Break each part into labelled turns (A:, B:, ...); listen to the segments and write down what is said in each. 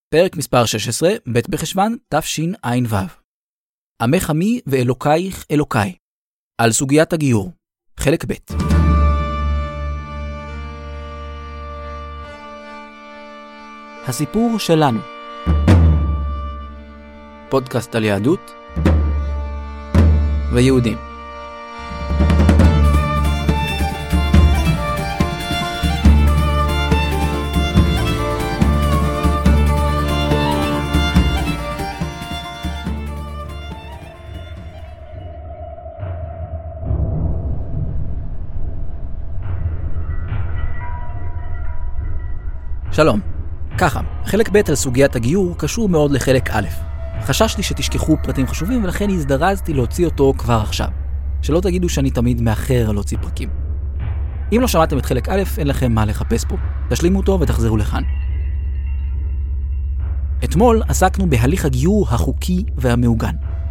A: פרק מספר 16, ב' בחשוון, תשע"ו. עמך עמי ואלוקייך אלוקיי. על סוגיית הגיור. חלק ב'. הסיפור שלנו. פודקאסט על יהדות ויהודים. שלום. ככה, חלק ב' על סוגיית הגיור קשור מאוד לחלק א'. חששתי שתשכחו פרטים חשובים ולכן הזדרזתי להוציא אותו כבר עכשיו. שלא תגידו שאני תמיד מאחר להוציא פרקים. אם לא שמעתם את חלק א', אין לכם מה לחפש פה. תשלימו אותו ותחזרו לכאן. אתמול עסקנו בהליך הגיור החוקי והמעוגן.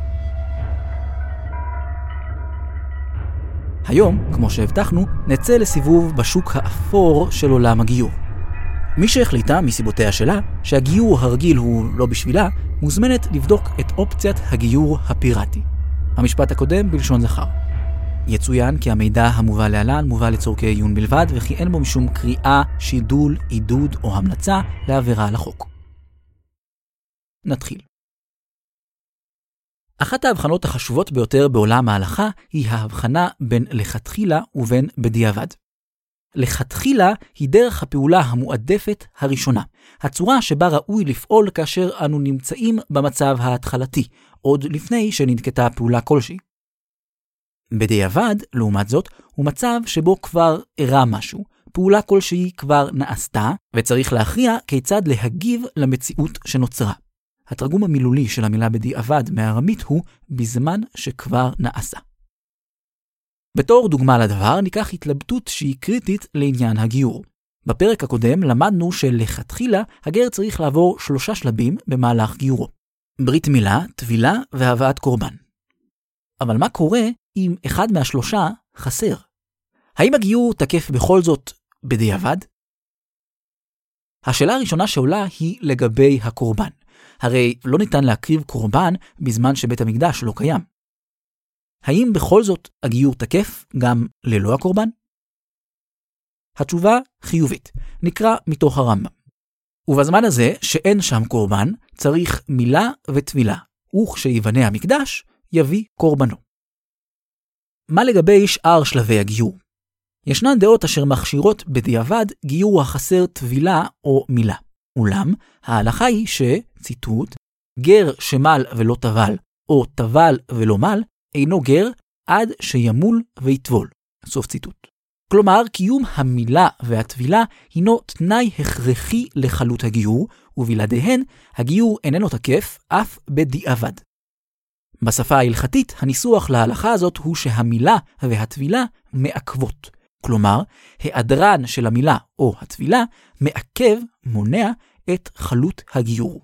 A: היום, כמו שהבטחנו, נצא לסיבוב בשוק האפור של עולם הגיור. מי שהחליטה מסיבותיה שלה שהגיור הרגיל הוא לא בשבילה, מוזמנת לבדוק את אופציית הגיור הפיראטי. המשפט הקודם בלשון זכר. יצוין כי המידע המובא להלן מובא לצורכי עיון בלבד, וכי אין בו משום קריאה, שידול, עידוד או המלצה לעבירה על החוק. נתחיל. אחת ההבחנות החשובות ביותר בעולם ההלכה היא ההבחנה בין לכתחילה ובין בדיעבד. לכתחילה היא דרך הפעולה המועדפת הראשונה, הצורה שבה ראוי לפעול כאשר אנו נמצאים במצב ההתחלתי, עוד לפני שננקטה פעולה כלשהי. בדיעבד, לעומת זאת, הוא מצב שבו כבר אירע משהו, פעולה כלשהי כבר נעשתה, וצריך להכריע כיצד להגיב למציאות שנוצרה. התרגום המילולי של המילה בדיעבד מהארמית הוא בזמן שכבר נעשה. בתור דוגמה לדבר, ניקח התלבטות שהיא קריטית לעניין הגיור. בפרק הקודם למדנו שלכתחילה הגר צריך לעבור 3 שלבים במהלך גיורו. ברית מילה, טבילה והבאת קורבן. אבל מה קורה אם אחד מה3 חסר? האם הגיור תקף בכל זאת בדיעבד? השאלה הראשונה שעולה היא לגבי הקורבן. הרי לא ניתן להקריב קורבן בזמן שבית המקדש לא קיים. האם בכל זאת הגיור תקף גם ללא הקורבן? התשובה חיובית, נקרא מתוך הרמב"ם. ובזמן הזה שאין שם קורבן, צריך מילה וטבילה, וכשיבנה המקדש, יביא קורבנו. מה לגבי שאר שלבי הגיור? ישנן דעות אשר מכשירות בדיעבד גיור החסר טבילה או מילה. אולם, ההלכה היא ציטוט, גר שמל ולא טבל, או טבל ולא מל, אינו גר עד שימול ויטבול. סוף ציטוט. כלומר, קיום המילה והטבילה הינו תנאי הכרחי לחלות הגיור, ובלעדיהן הגיור איננו תקף אף בדיעבד. בשפה ההלכתית, הניסוח להלכה הזאת הוא שהמילה והטבילה מעכבות. כלומר, היעדרן של המילה או הטבילה מעכב, מונע את חלות הגיור.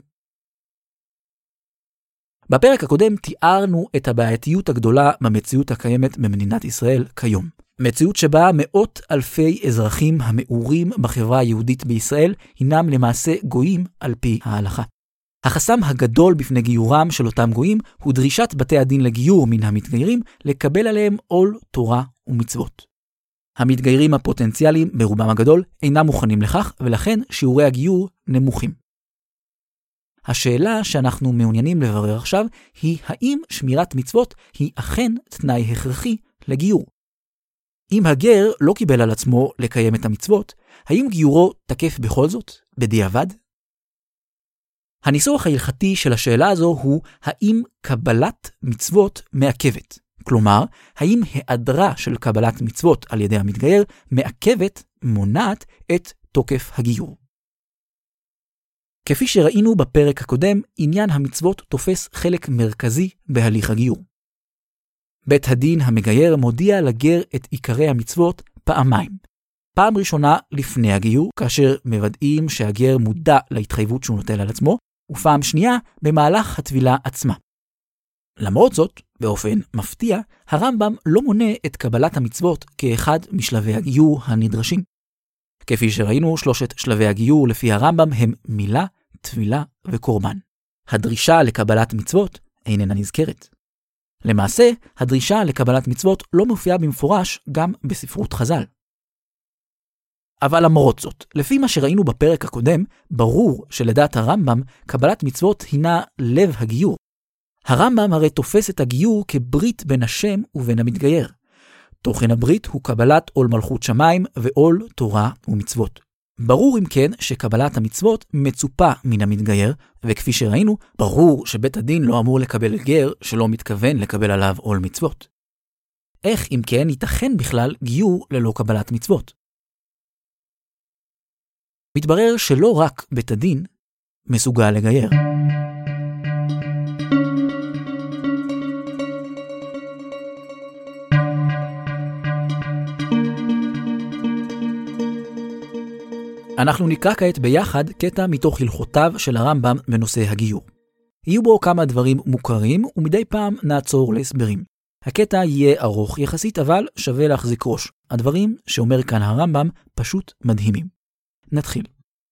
A: בפרק הקודם תיארנו את הבעייתיות הגדולה במציאות הקיימת במדינת ישראל כיום. מציאות שבה מאות אלפי אזרחים המאורים בחברה היהודית בישראל הינם למעשה גויים על פי ההלכה. החסם הגדול בפני גיורם של אותם גויים הוא דרישת בתי הדין לגיור מן המתגיירים לקבל עליהם עול תורה ומצוות. המתגיירים הפוטנציאליים ברובם הגדול אינם מוכנים לכך, ולכן שיעורי הגיור נמוכים. השאלה שאנחנו מעוניינים לברר עכשיו היא האם שמירת מצוות היא אכן תנאי הכרחי לגיור. אם הגר לא קיבל על עצמו לקיים את המצוות, האם גיורו תקף בכל זאת בדיעבד? הניסוח ההלכתי של השאלה הזו הוא האם קבלת מצוות מעכבת. כלומר, האם היעדרה של קבלת מצוות על ידי המתגייר מעכבת, מונעת את תוקף הגיור. כפי שראינו בפרק הקודם, עניין המצוות תופס חלק מרכזי בהליך הגיור. בית הדין המגייר מודיע לגר את עיקרי המצוות פעמיים. פעם ראשונה לפני הגיור, כאשר מוודאים שהגר מודע להתחייבות שהוא נוטל על עצמו, ופעם שנייה במהלך הטבילה עצמה. למרות זאת, באופן מפתיע, הרמב"ם לא מונה את קבלת המצוות כאחד משלבי הגיור הנדרשים. כפי שראינו, 3 שלבי הגיור לפי הרמב"ם הם מילה, תפילה וקורבן. הדרישה לקבלת מצוות איננה נזכרת. למעשה, הדרישה לקבלת מצוות לא מופיעה במפורש גם בספרות חז"ל. אבל למרות זאת, לפי מה שראינו בפרק הקודם, ברור שלדעת הרמב"ם, קבלת מצוות הינה לב הגיור. הרמב"ם הרי תופס את הגיור כברית בין השם ובין המתגייר. תוכן הברית הוא קבלת עול מלכות שמיים ועול תורה ומצוות. ברור אם כן שקבלת המצוות מצופה מן המתגייר, וכפי שראינו, ברור שבית הדין לא אמור לקבל גר שלא מתכוון לקבל עליו עול מצוות. איך אם כן ייתכן בכלל גיור ללא קבלת מצוות? מתברר שלא רק בית הדין מסוגל לגייר. אנחנו נקרא כעת ביחד קטע מתוך הלכותיו של הרמב"ם בנושא הגיור. יהיו בו כמה דברים מוכרים ומדי פעם נעצור להסברים. הקטע יהיה ארוך יחסית אבל שווה להחזיק ראש. הדברים שאומר כאן הרמב"ם פשוט מדהימים. נתחיל.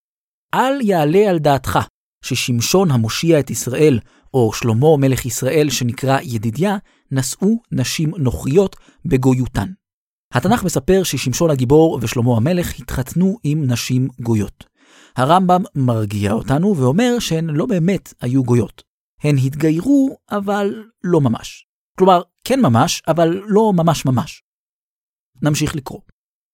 A: אל יעלה על דעתך ששמשון המושיע את ישראל או שלמה מלך ישראל שנקרא ידידיה נשאו נשים נוכריות בגויותן. התנ"ך מספר ששמשון הגיבור ושלמה המלך התחתנו עם נשים גויות. הרמב"ם מרגיע אותנו ואומר שהן לא באמת היו גויות. הן התגיירו אבל לא ממש. כלומר, כן ממש, אבל לא ממש ממש. נמשיך לקרוא.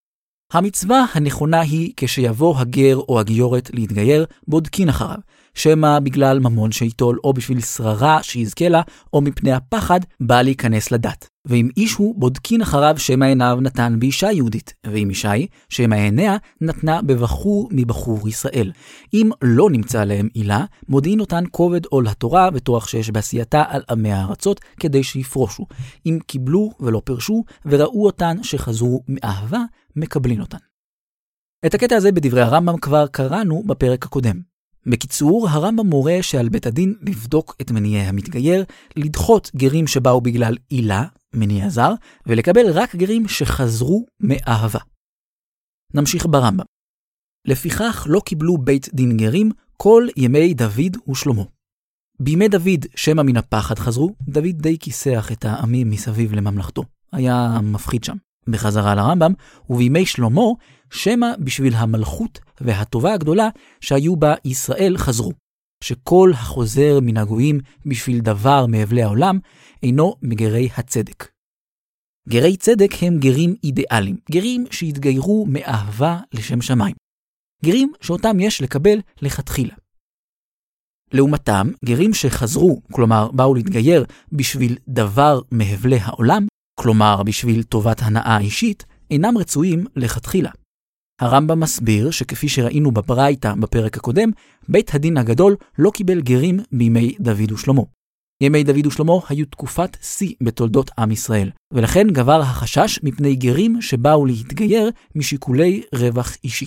A: המצווה הנכונה היא כשיבוא הגר או הגיורת להתגייר, בודקין אחריו, שמה בגלל ממון שיטול או בשביל שררה שיזכה לה, או מפני הפחד בא להיכנס לדת. ואם איש הוא בודקין אחריו שמה עיניו נתן באישה יהודית, ואם אישה היא שמה עיניה נתנה בבחור מבחור ישראל. אם לא נמצא להם עילה, מודיעין אותן כובד עול התורה ותוח שיש בעשייתה על עמי הארצות כדי שיפרושו. אם קיבלו ולא פרשו וראו אותן שחזרו מאהבה, מקבלין אותן. את הקטע הזה בדברי הרמב"ם כבר קראנו בפרק הקודם. בקיצור, הרמב"ם מורה שעל בית הדין לבדוק את מניעי המתגייר, לדחות גרים שבאו בגלל עילה, מניע זר, ולקבל רק גרים שחזרו מאהבה. נמשיך ברמב"ם. לפיכך לא קיבלו בית דין גרים כל ימי דוד ושלמה. בימי דוד שמה מן הפחד חזרו, דוד די כיסח את העמים מסביב לממלכתו. היה מפחיד שם. בחזרה לרמב"ם, ובימי שלמה שמה בשביל המלכות והטובה הגדולה שהיו בה ישראל חזרו. שכל החוזר מן הגויים בשביל דבר מאבלי העולם אינו מגרי הצדק. גרי צדק הם גרים אידיאליים, גרים שהתגיירו מאהבה לשם שמיים. גרים שאותם יש לקבל לכתחילה. לעומתם, גרים שחזרו, כלומר באו להתגייר בשביל דבר מאבלי העולם, כלומר בשביל טובת הנאה אישית, אינם רצויים לכתחילה. הרמב"ם מסביר שכפי שראינו בברייתא בפרק הקודם, בית הדין הגדול לא קיבל גרים בימי דוד ושלמה. ימי דוד ושלמה היו תקופת שיא בתולדות עם ישראל, ולכן גבר החשש מפני גרים שבאו להתגייר משיקולי רווח אישי.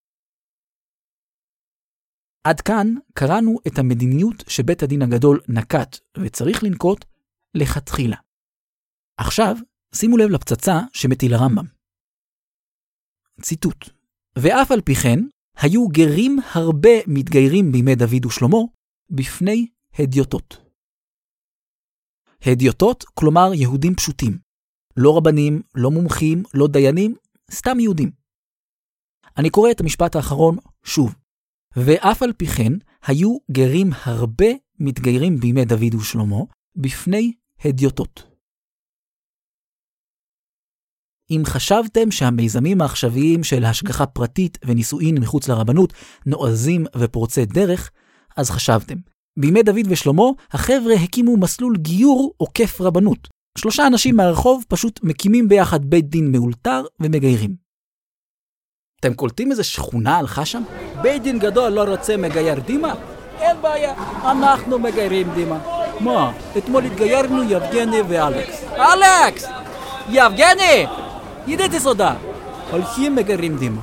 A: עד כאן קראנו את המדיניות שבית הדין הגדול נקט וצריך לנקוט לכתחילה. עכשיו שימו לב לפצצה שמטיל הרמב"ם. ציטוט: ואף על פי כן, היו גרים הרבה מתגיירים בימי דוד ושלמה בפני הדיוטות. הדיוטות, כלומר יהודים פשוטים. לא רבנים, לא מומחים, לא דיינים, סתם יהודים. אני קורא את המשפט האחרון שוב. ואף על פי כן, היו גרים הרבה מתגיירים בימי דוד ושלמה בפני הדיוטות. אם חשבתם שהמיזמים העכשוויים של השגחה פרטית ונישואין מחוץ לרבנות נועזים ופורצי דרך, אז חשבתם. בימי דוד ושלמה, החבר'ה הקימו מסלול גיור עוקף רבנות. 3 אנשים מהרחוב פשוט מקימים ביחד בית דין מאולתר ומגיירים. אתם קולטים איזה שכונה הלכה שם? בית דין גדול לא רוצה מגייר דימה? אין בעיה, אנחנו מגיירים דימה. מה? אתמול התגיירנו יבגני ואלכס. אלכס! יבגני! ידידי סודה! הולכים מגיירים דימה.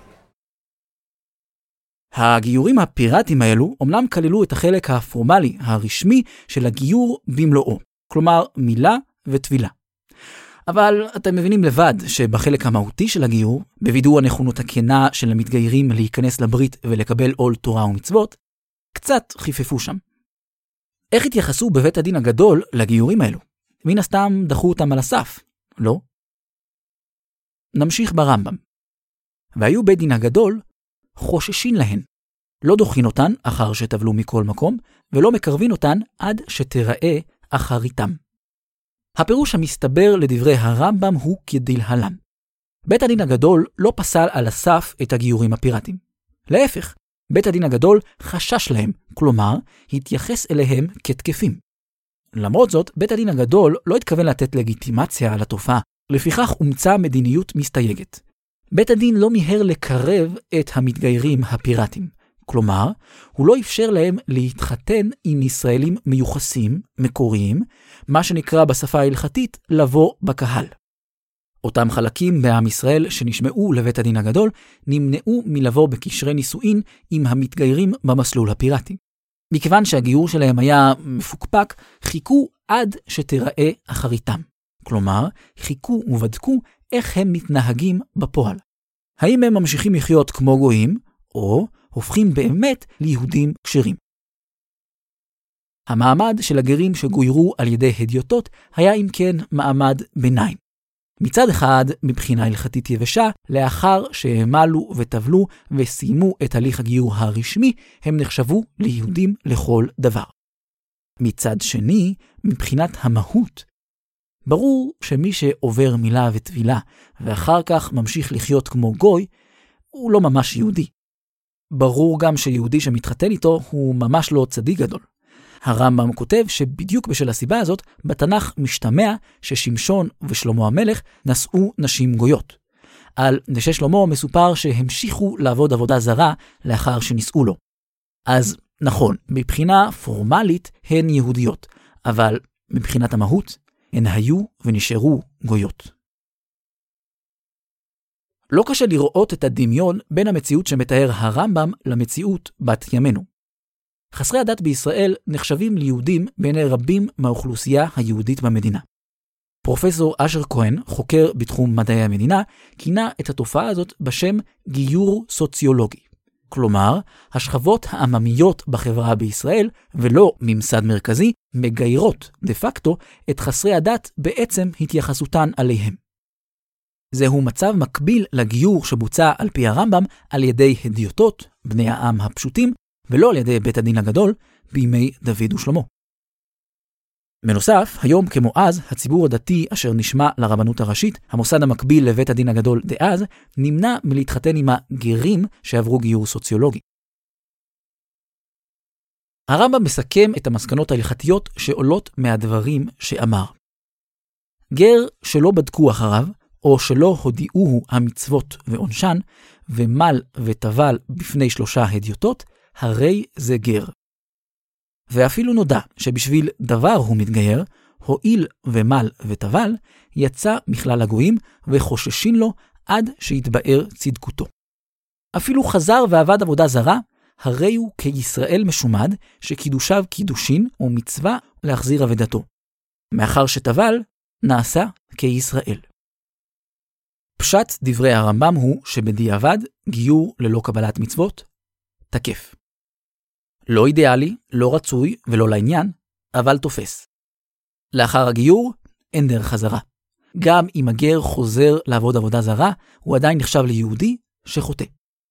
A: הגיורים הפיראטיים האלו אומנם כללו את החלק הפורמלי, הרשמי של הגיור במלואו, כלומר מילה וטבילה. אבל אתם מבינים לבד שבחלק המהותי של הגיור, בווידוא הנכונות הכנה של המתגיירים להיכנס לברית ולקבל עול תורה ומצוות, קצת חיפפו שם. איך התייחסו בבית הדין הגדול לגיורים האלו? מן הסתם דחו אותם על הסף, לא? נמשיך ברמב"ם. והיו בית דין הגדול חוששים להן. לא דוחין אותן אחר שטבלו מכל מקום, ולא מקרבין אותן עד שתראה אחריתם. הפירוש המסתבר לדברי הרמב"ם הוא כדלהלן. בית הדין הגדול לא פסל על הסף את הגיורים הפיראטיים. להפך, בית הדין הגדול חשש להם, כלומר, התייחס אליהם כתקפים. למרות זאת, בית הדין הגדול לא התכוון לתת לגיטימציה על התופעה, לפיכך הומצא מדיניות מסתייגת. בית הדין לא מיהר לקרב את המתגיירים הפיראטיים, כלומר, הוא לא אפשר להם להתחתן עם ישראלים מיוחסים, מקוריים, מה שנקרא בשפה ההלכתית לבוא בקהל. אותם חלקים בעם ישראל שנשמעו לבית הדין הגדול נמנעו מלבוא בקשרי נישואין עם המתגיירים במסלול הפיראטי. מכיוון שהגיור שלהם היה מפוקפק, חיכו עד שתראה אחריתם. כלומר, חיכו ובדקו איך הם מתנהגים בפועל. האם הם ממשיכים לחיות כמו גויים, או הופכים באמת ליהודים כשרים. המעמד של הגרים שגוירו על ידי הדיוטות היה אם כן מעמד ביניים. מצד אחד, מבחינה הלכתית יבשה, לאחר שהמלו וטבלו וסיימו את הליך הגיור הרשמי, הם נחשבו ליהודים לכל דבר. מצד שני, מבחינת המהות, ברור שמי שעובר מילה וטבילה ואחר כך ממשיך לחיות כמו גוי, הוא לא ממש יהודי. ברור גם שיהודי שמתחתן איתו הוא ממש לא צדיק גדול. הרמב"ם כותב שבדיוק בשל הסיבה הזאת, בתנ"ך משתמע ששמשון ושלמה המלך נשאו נשים גויות. על נשי שלמה מסופר שהמשיכו לעבוד עבודה זרה לאחר שנישאו לו. אז נכון, מבחינה פורמלית הן יהודיות, אבל מבחינת המהות הן היו ונשארו גויות. לא קשה לראות את הדמיון בין המציאות שמתאר הרמב"ם למציאות בת ימינו. חסרי הדת בישראל נחשבים ליהודים בעיני רבים מהאוכלוסייה היהודית במדינה. פרופסור אשר כהן, חוקר בתחום מדעי המדינה, כינה את התופעה הזאת בשם גיור סוציולוגי. כלומר, השכבות העממיות בחברה בישראל, ולא ממסד מרכזי, מגיירות דה פקטו את חסרי הדת בעצם התייחסותן עליהם. זהו מצב מקביל לגיור שבוצע על פי הרמב"ם על ידי הדיוטות, בני העם הפשוטים, ולא על ידי בית הדין הגדול בימי דוד ושלמה. בנוסף, היום כמו אז, הציבור הדתי אשר נשמע לרבנות הראשית, המוסד המקביל לבית הדין הגדול דאז, נמנע מלהתחתן עם הגרים שעברו גיור סוציולוגי. הרמב"ם מסכם את המסקנות ההלכתיות שעולות מהדברים שאמר. גר שלא בדקו אחריו, או שלא הודיעוהו המצוות ועונשן, ומל וטבל בפני 3 הדיוטות, הרי זה גר. ואפילו נודע שבשביל דבר הוא מתגייר, הועיל ומל וטבל, יצא מכלל הגויים וחוששין לו עד שיתבאר צדקותו. אפילו חזר ועבד עבודה זרה, הרי הוא כישראל משומד, שקידושיו קידושין ומצווה להחזיר עבדתו. מאחר שטבל, נעשה כישראל. פשט דברי הרמב"ם הוא שבדיעבד גיור ללא קבלת מצוות תקף. לא אידיאלי, לא רצוי ולא לעניין, אבל תופס. לאחר הגיור אין דרך חזרה. גם אם הגר חוזר לעבוד עבודה זרה, הוא עדיין נחשב ליהודי שחוטא.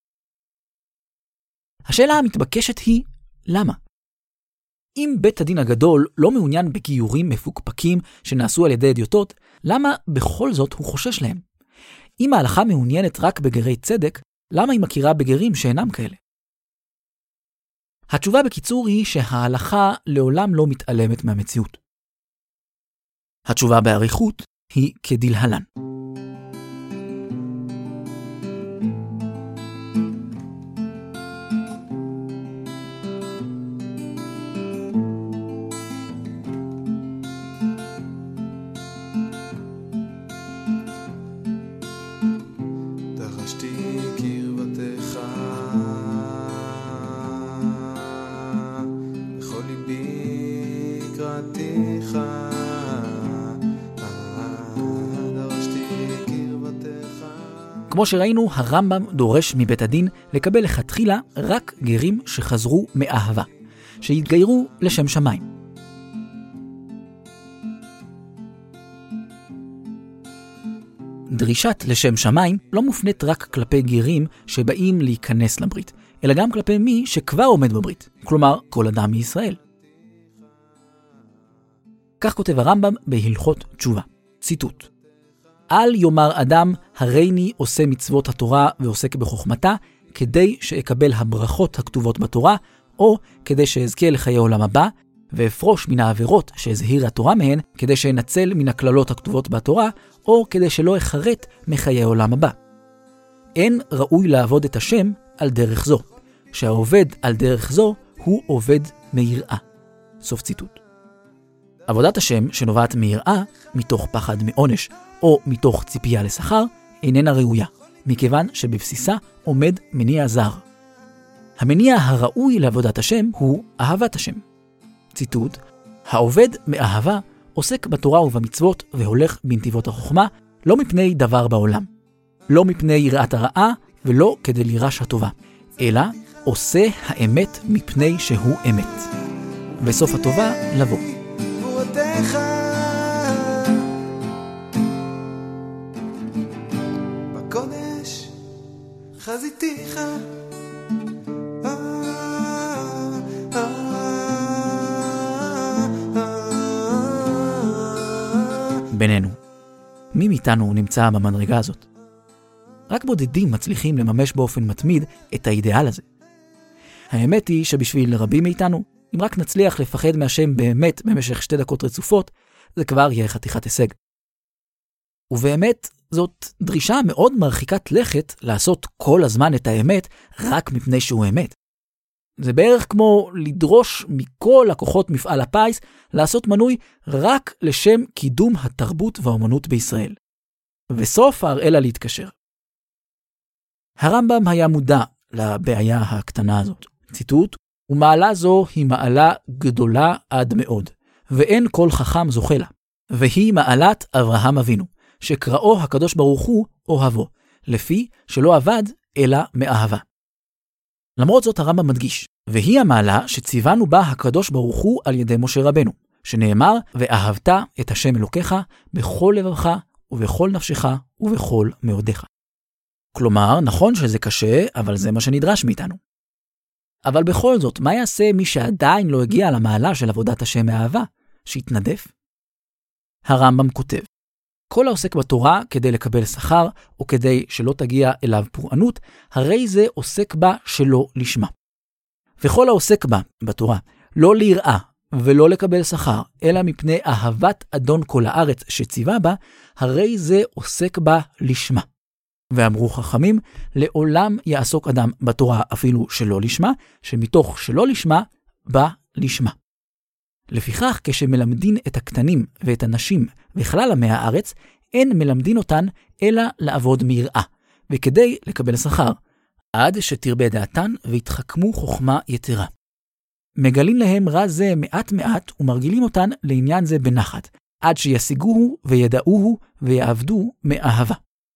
A: השאלה המתבקשת היא, למה? אם בית הדין הגדול לא מעוניין בגיורים מפוקפקים שנעשו על ידי הדיוטות, למה בכל זאת הוא חושש להם? אם ההלכה מעוניינת רק בגרי צדק, למה היא מכירה בגרים שאינם כאלה? התשובה בקיצור היא שההלכה לעולם לא מתעלמת מהמציאות. התשובה בעריכות היא כדלהלן. כמו שראינו, הרמב"ם דורש מבית הדין לקבל לכתחילה רק גרים שחזרו מאהבה, שהתגיירו לשם שמיים. דרישת לשם שמיים לא מופנית רק כלפי גרים שבאים להיכנס לברית, אלא גם כלפי מי שכבר עומד בברית, כלומר כל אדם מישראל. כך כותב הרמב"ם בהלכות תשובה, ציטוט: אל יאמר אדם הריני עושה מצוות התורה ועוסק בחוכמתה, כדי שאקבל הברכות הכתובות בתורה, או כדי שאזכה לחיי עולם הבא, ואפרוש מן העבירות שהזהירה התורה מהן, כדי שאנצל מן הכללות הכתובות בתורה, או כדי שלא אחרט מחיי עולם הבא. אין ראוי לעבוד את השם על דרך זו, שהעובד על דרך זו הוא עובד מיראה. סוף ציטוט. עבודת השם שנובעת מיראה, מתוך פחד מעונש, או מתוך ציפייה לשכר, איננה ראויה, מכיוון שבבסיסה עומד מניע זר. המניע הראוי לעבודת השם הוא אהבת השם. ציטוט: העובד מאהבה עוסק בתורה ובמצוות והולך בנתיבות החוכמה, לא מפני דבר בעולם, לא מפני יראת הרעה ולא כדי לירש הטובה, אלא עושה האמת מפני שהוא אמת. בסוף הטובה לבוא.
B: בקודש חזיתיך
A: בינינו, מי מאיתנו נמצא במדרגה הזאת? רק בודדים מצליחים לממש באופן מתמיד את האידיאל הזה. האמת היא שבשביל רבים מאיתנו, אם רק נצליח לפחד מהשם באמת במשך 2 דקות רצופות, זה כבר יהיה חתיכת הישג. ובאמת, זאת דרישה מאוד מרחיקת לכת לעשות כל הזמן את האמת רק מפני שהוא אמת. זה בערך כמו לדרוש מכל לקוחות מפעל הפיס לעשות מנוי רק לשם קידום התרבות והאמנות בישראל. וסוף הראלה להתקשר. הרמב"ם היה מודע לבעיה הקטנה הזאת. ציטוט: ומעלה זו היא מעלה גדולה עד מאוד, ואין כל חכם זוכה לה. והיא מעלת אברהם אבינו, שקראו הקדוש ברוך הוא אוהבו, לפי שלא עבד אלא מאהבה. למרות זאת הרמב"ם מדגיש, והיא המעלה שציוונו בה הקדוש ברוך הוא על ידי משה רבנו, שנאמר: ואהבת את השם אלוקיך בכל לבבך ובכל נפשך ובכל מאודיך. כלומר, נכון שזה קשה, אבל זה מה שנדרש מאיתנו. אבל בכל זאת, מה יעשה מי שעדיין לא הגיע למעלה של עבודת השם מאהבה? שיתנדף? הרמב"ם כותב: כל העוסק בתורה כדי לקבל שכר, או כדי שלא תגיע אליו פורענות, הרי זה עוסק בה שלא לשמה. וכל העוסק בה, בתורה, לא ליראה ולא לקבל שכר, אלא מפני אהבת אדון כל הארץ שציווה בה, הרי זה עוסק בה לשמה. ואמרו חכמים, לעולם יעסוק אדם בתורה אפילו שלא לשמה, שמתוך שלא לשמה, בא לשמה. לפיכך, כשמלמדין את הקטנים ואת הנשים וכלל עמי הארץ, אין מלמדין אותן אלא לעבוד מיראה, וכדי לקבל שכר, עד שתרבה דעתן והתחכמו חוכמה יתרה. מגלים להם רע זה מעט מעט ומרגילים אותן לעניין זה בנחת, עד שישיגוהו וידעוהו ויעבדו מאהבה.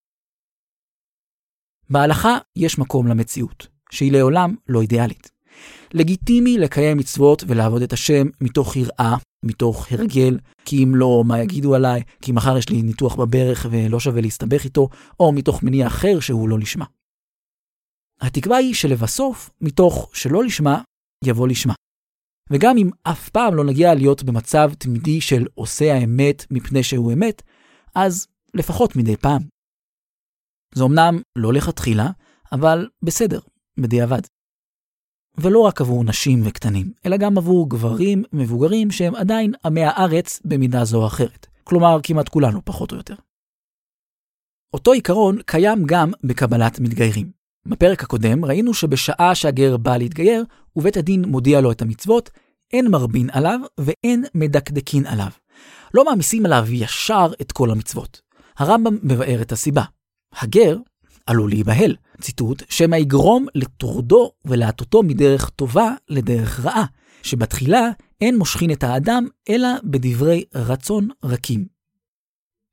A: בהלכה יש מקום למציאות, שהיא לעולם לא אידיאלית. לגיטימי לקיים מצוות ולעבוד את השם מתוך יראה, מתוך הרגל, כי אם לא, מה יגידו עליי, כי מחר יש לי ניתוח בברך ולא שווה להסתבך איתו, או מתוך מניע אחר שהוא לא לשמה. התקווה היא שלבסוף, מתוך שלא לשמה, יבוא לשמה. וגם אם אף פעם לא נגיע להיות במצב תמידי של עושה האמת מפני שהוא אמת, אז לפחות מדי פעם. זה אמנם לא לכתחילה, אבל בסדר, בדיעבד. ולא רק עבור נשים וקטנים, אלא גם עבור גברים מבוגרים שהם עדיין עמי הארץ במידה זו או אחרת. כלומר, כמעט כולנו, פחות או יותר. אותו עיקרון קיים גם בקבלת מתגיירים. בפרק הקודם ראינו שבשעה שהגר בא להתגייר, ובית הדין מודיע לו את המצוות, אין מרבין עליו ואין מדקדקין עליו. לא מעמיסים עליו ישר את כל המצוות. הרמב"ם מבאר את הסיבה. הגר עלול להיבהל, ציטוט, שמה יגרום לטורדו ולהטותו מדרך טובה לדרך רעה, שבתחילה אין מושכין את האדם אלא בדברי רצון רכים.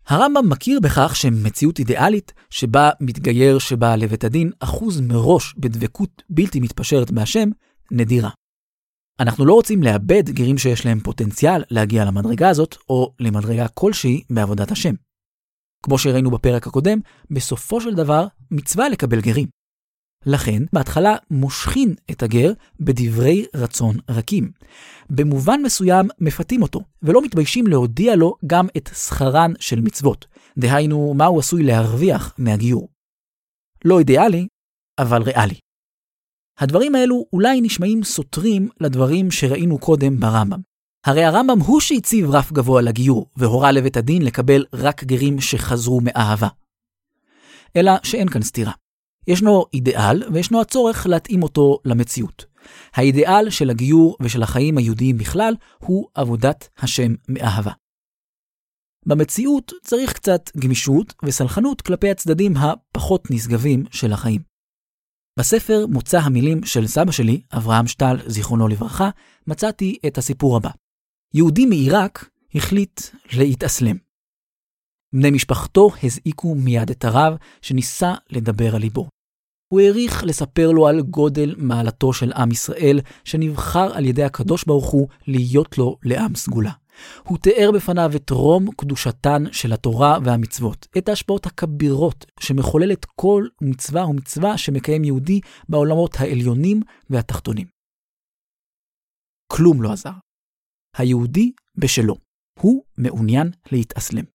A: הרמב"ם מכיר בכך שמציאות אידיאלית שבה מתגייר שבא לבית הדין אחוז מראש בדבקות בלתי מתפשרת בהשם נדירה. אנחנו לא רוצים לאבד גרים שיש להם פוטנציאל להגיע למדרגה הזאת או למדרגה כלשהי בעבודת השם. כמו שראינו בפרק הקודם, בסופו של דבר מצווה לקבל גרים. לכן, בהתחלה מושכין את הגר בדברי רצון רכים. במובן מסוים מפתים אותו, ולא מתביישים להודיע לו גם את שכרן של מצוות. דהיינו, מה הוא עשוי להרוויח מהגיור. לא אידיאלי, אבל ריאלי. הדברים האלו אולי נשמעים סותרים לדברים שראינו קודם ברמב"ם. הרי הרמב"ם הוא שהציב רף גבוה לגיור, והורה לבית הדין לקבל רק גרים שחזרו מאהבה. אלא שאין כאן סתירה. ישנו אידיאל וישנו הצורך להתאים אותו למציאות. האידיאל של הגיור ושל החיים היהודיים בכלל הוא עבודת השם מאהבה. במציאות צריך קצת גמישות וסלחנות כלפי הצדדים הפחות נשגבים של החיים. בספר מוצא המילים של סבא שלי, אברהם שטל, זיכרונו לברכה, מצאתי את הסיפור הבא. יהודי מעיראק החליט להתאסלם. בני משפחתו הזעיקו מיד את הרב שניסה לדבר על ליבו. הוא העריך לספר לו על גודל מעלתו של עם ישראל שנבחר על ידי הקדוש ברוך הוא להיות לו לעם סגולה. הוא תיאר בפניו את רום קדושתן של התורה והמצוות, את ההשפעות הכבירות שמחוללת כל מצווה ומצווה שמקיים יהודי בעולמות העליונים והתחתונים. כלום לא עזר. היהודי בשלו. הוא מעוניין להתאסלם.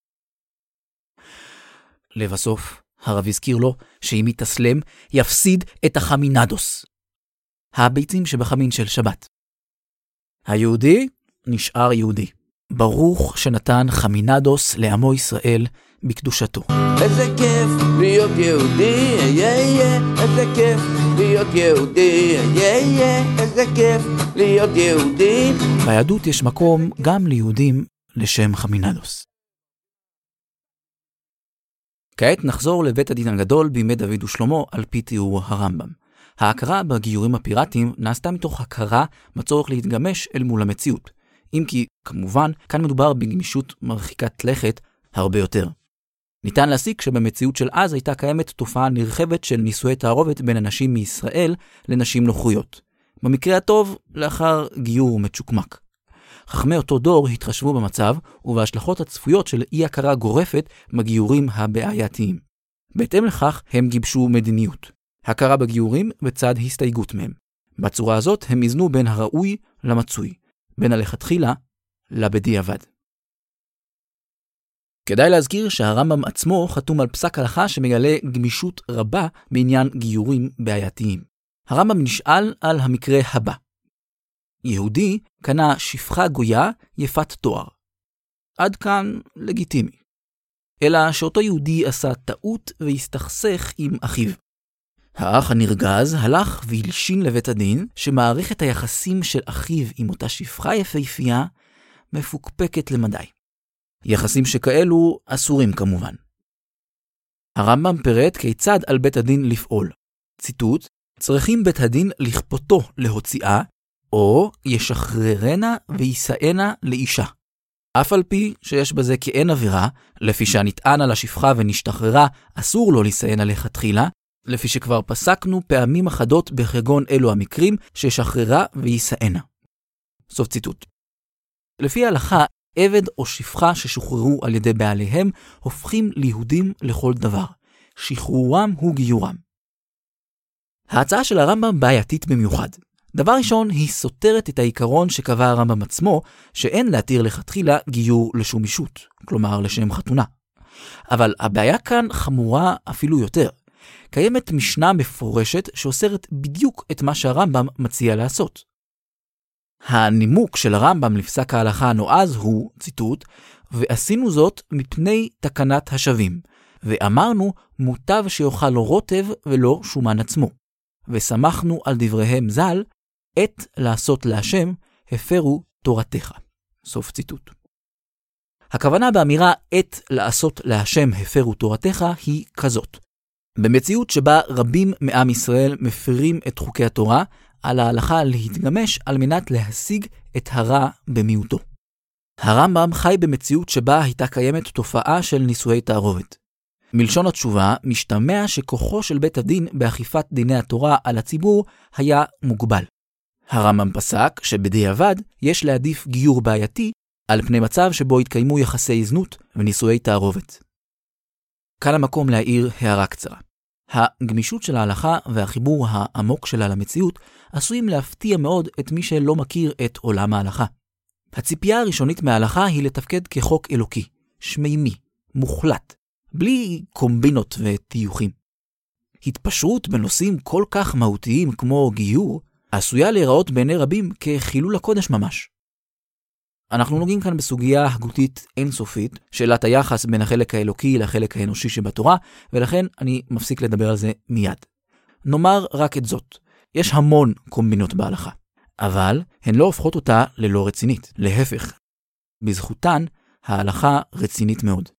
A: לבסוף, הרב הזכיר לו שאם יתאסלם, יפסיד את החמינדוס. הביצים שבחמין של שבת. היהודי נשאר יהודי. ברוך שנתן חמינדוס לעמו ישראל בקדושתו.
C: איזה כיף להיות יהודי, איזה כיף להיות יהודי, איזה כיף להיות יהודי.
A: ביהדות יש מקום גם ליהודים לשם חמינדוס. כעת נחזור לבית הדין הגדול בימי דוד ושלמה על פי תיאור הרמב"ם. ההכרה בגיורים הפיראטיים נעשתה מתוך הכרה בצורך להתגמש אל מול המציאות. אם כי, כמובן, כאן מדובר בגמישות מרחיקת לכת הרבה יותר. ניתן להסיק שבמציאות של אז הייתה קיימת תופעה נרחבת של נישואי תערובת בין אנשים מישראל לנשים נוכריות. במקרה הטוב, לאחר גיור מצ'וקמק. חכמי אותו דור התחשבו במצב ובהשלכות הצפויות של אי-הכרה גורפת בגיורים הבעייתיים. בהתאם לכך הם גיבשו מדיניות. הכרה בגיורים בצד הסתייגות מהם. בצורה הזאת הם איזנו בין הראוי למצוי, בין הלכתחילה לבדיעבד. כדאי להזכיר שהרמב"ם עצמו חתום על פסק הלכה שמגלה גמישות רבה בעניין גיורים בעייתיים. הרמב"ם נשאל על המקרה הבא. יהודי קנה שפחה גויה יפת תואר. עד כאן לגיטימי. אלא שאותו יהודי עשה טעות והסתכסך עם אחיו. האח הנרגז הלך והלשין לבית הדין שמערכת היחסים של אחיו עם אותה שפחה יפהפייה מפוקפקת למדי. יחסים שכאלו אסורים כמובן. הרמב"ם פירט כיצד על בית הדין לפעול. ציטוט, צריכים בית הדין לכפותו להוציאה, או ישחררנה וישאנה לאישה. אף על פי שיש בזה כאין עבירה, לפי שהנטען על השפחה ונשתחררה אסור לו לשאנה לכתחילה, לפי שכבר פסקנו פעמים אחדות בחגון אלו המקרים ששחררה וישאנה. סוף ציטוט. לפי ההלכה, עבד או שפחה ששוחררו על ידי בעליהם הופכים ליהודים לכל דבר. שחרורם הוא גיורם. ההצעה של הרמב"ם בעייתית במיוחד. דבר ראשון, היא סותרת את העיקרון שקבע הרמב"ם עצמו, שאין להתיר לכתחילה גיור לשום אישות, כלומר לשם חתונה. אבל הבעיה כאן חמורה אפילו יותר. קיימת משנה מפורשת שאוסרת בדיוק את מה שהרמב"ם מציע לעשות. הנימוק של הרמב"ם לפסק ההלכה הנועז הוא, ציטוט, ועשינו זאת מפני תקנת השווים, ואמרנו מוטב שיאכל לו רוטב ולא שומן עצמו, ושמחנו על דבריהם ז"ל, את לעשות להשם הפרו תורתך. סוף ציטוט. הכוונה באמירה את לעשות להשם הפרו תורתך היא כזאת. במציאות שבה רבים מעם ישראל מפרים את חוקי התורה, על ההלכה להתגמש על מנת להשיג את הרע במיעוטו. הרמב"ם חי במציאות שבה הייתה קיימת תופעה של נישואי תערובת. מלשון התשובה, משתמע שכוחו של בית הדין באכיפת דיני התורה על הציבור היה מוגבל. הרמב"ם פסק שבדיעבד יש להעדיף גיור בעייתי על פני מצב שבו התקיימו יחסי זנות ונישואי תערובת. כאן המקום להעיר הערה קצרה. הגמישות של ההלכה והחיבור העמוק שלה למציאות עשויים להפתיע מאוד את מי שלא מכיר את עולם ההלכה. הציפייה הראשונית מההלכה היא לתפקד כחוק אלוקי, שמימי, מוחלט, בלי קומבינות וטיוחים. התפשרות בנושאים כל כך מהותיים כמו גיור עשויה להיראות בעיני רבים כחילול הקודש ממש. אנחנו נוגעים כאן בסוגיה הגותית אינסופית, שאלת היחס בין החלק האלוקי לחלק האנושי שבתורה, ולכן אני מפסיק לדבר על זה מיד. נאמר רק את זאת, יש המון קומבינות בהלכה, אבל הן לא הופכות אותה ללא רצינית, להפך. בזכותן, ההלכה רצינית מאוד.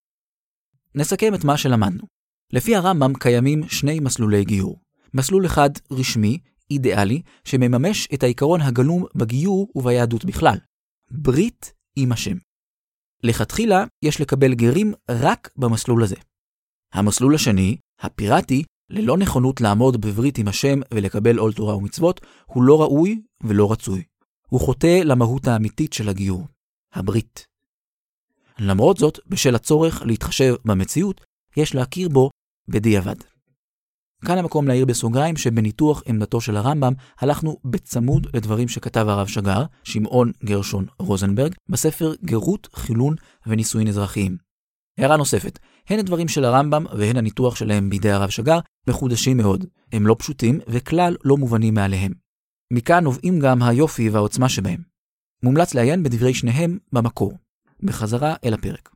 A: נסכם את מה שלמדנו. לפי הרמב"ם קיימים שני מסלולי גיור. מסלול אחד רשמי, אידיאלי, שמממש את העיקרון הגלום בגיור וביהדות בכלל. ברית עם השם. לכתחילה יש לקבל גרים רק במסלול הזה. המסלול השני, הפיראטי, ללא נכונות לעמוד בברית עם השם ולקבל עול תורה ומצוות, הוא לא ראוי ולא רצוי. הוא חוטא למהות האמיתית של הגיור, הברית. למרות זאת, בשל הצורך להתחשב במציאות, יש להכיר בו בדיעבד. כאן המקום להעיר בסוגריים שבניתוח עמדתו של הרמב"ם הלכנו בצמוד לדברים שכתב הרב שגר, שמעון גרשון רוזנברג, בספר גרות, חילון ונישואין אזרחיים. הערה נוספת, הן הדברים של הרמב"ם והן הניתוח שלהם בידי הרב שגר מחודשים מאוד. הם לא פשוטים וכלל לא מובנים מעליהם. מכאן נובעים גם היופי והעוצמה שבהם. מומלץ לעיין בדברי שניהם במקור. בחזרה אל הפרק.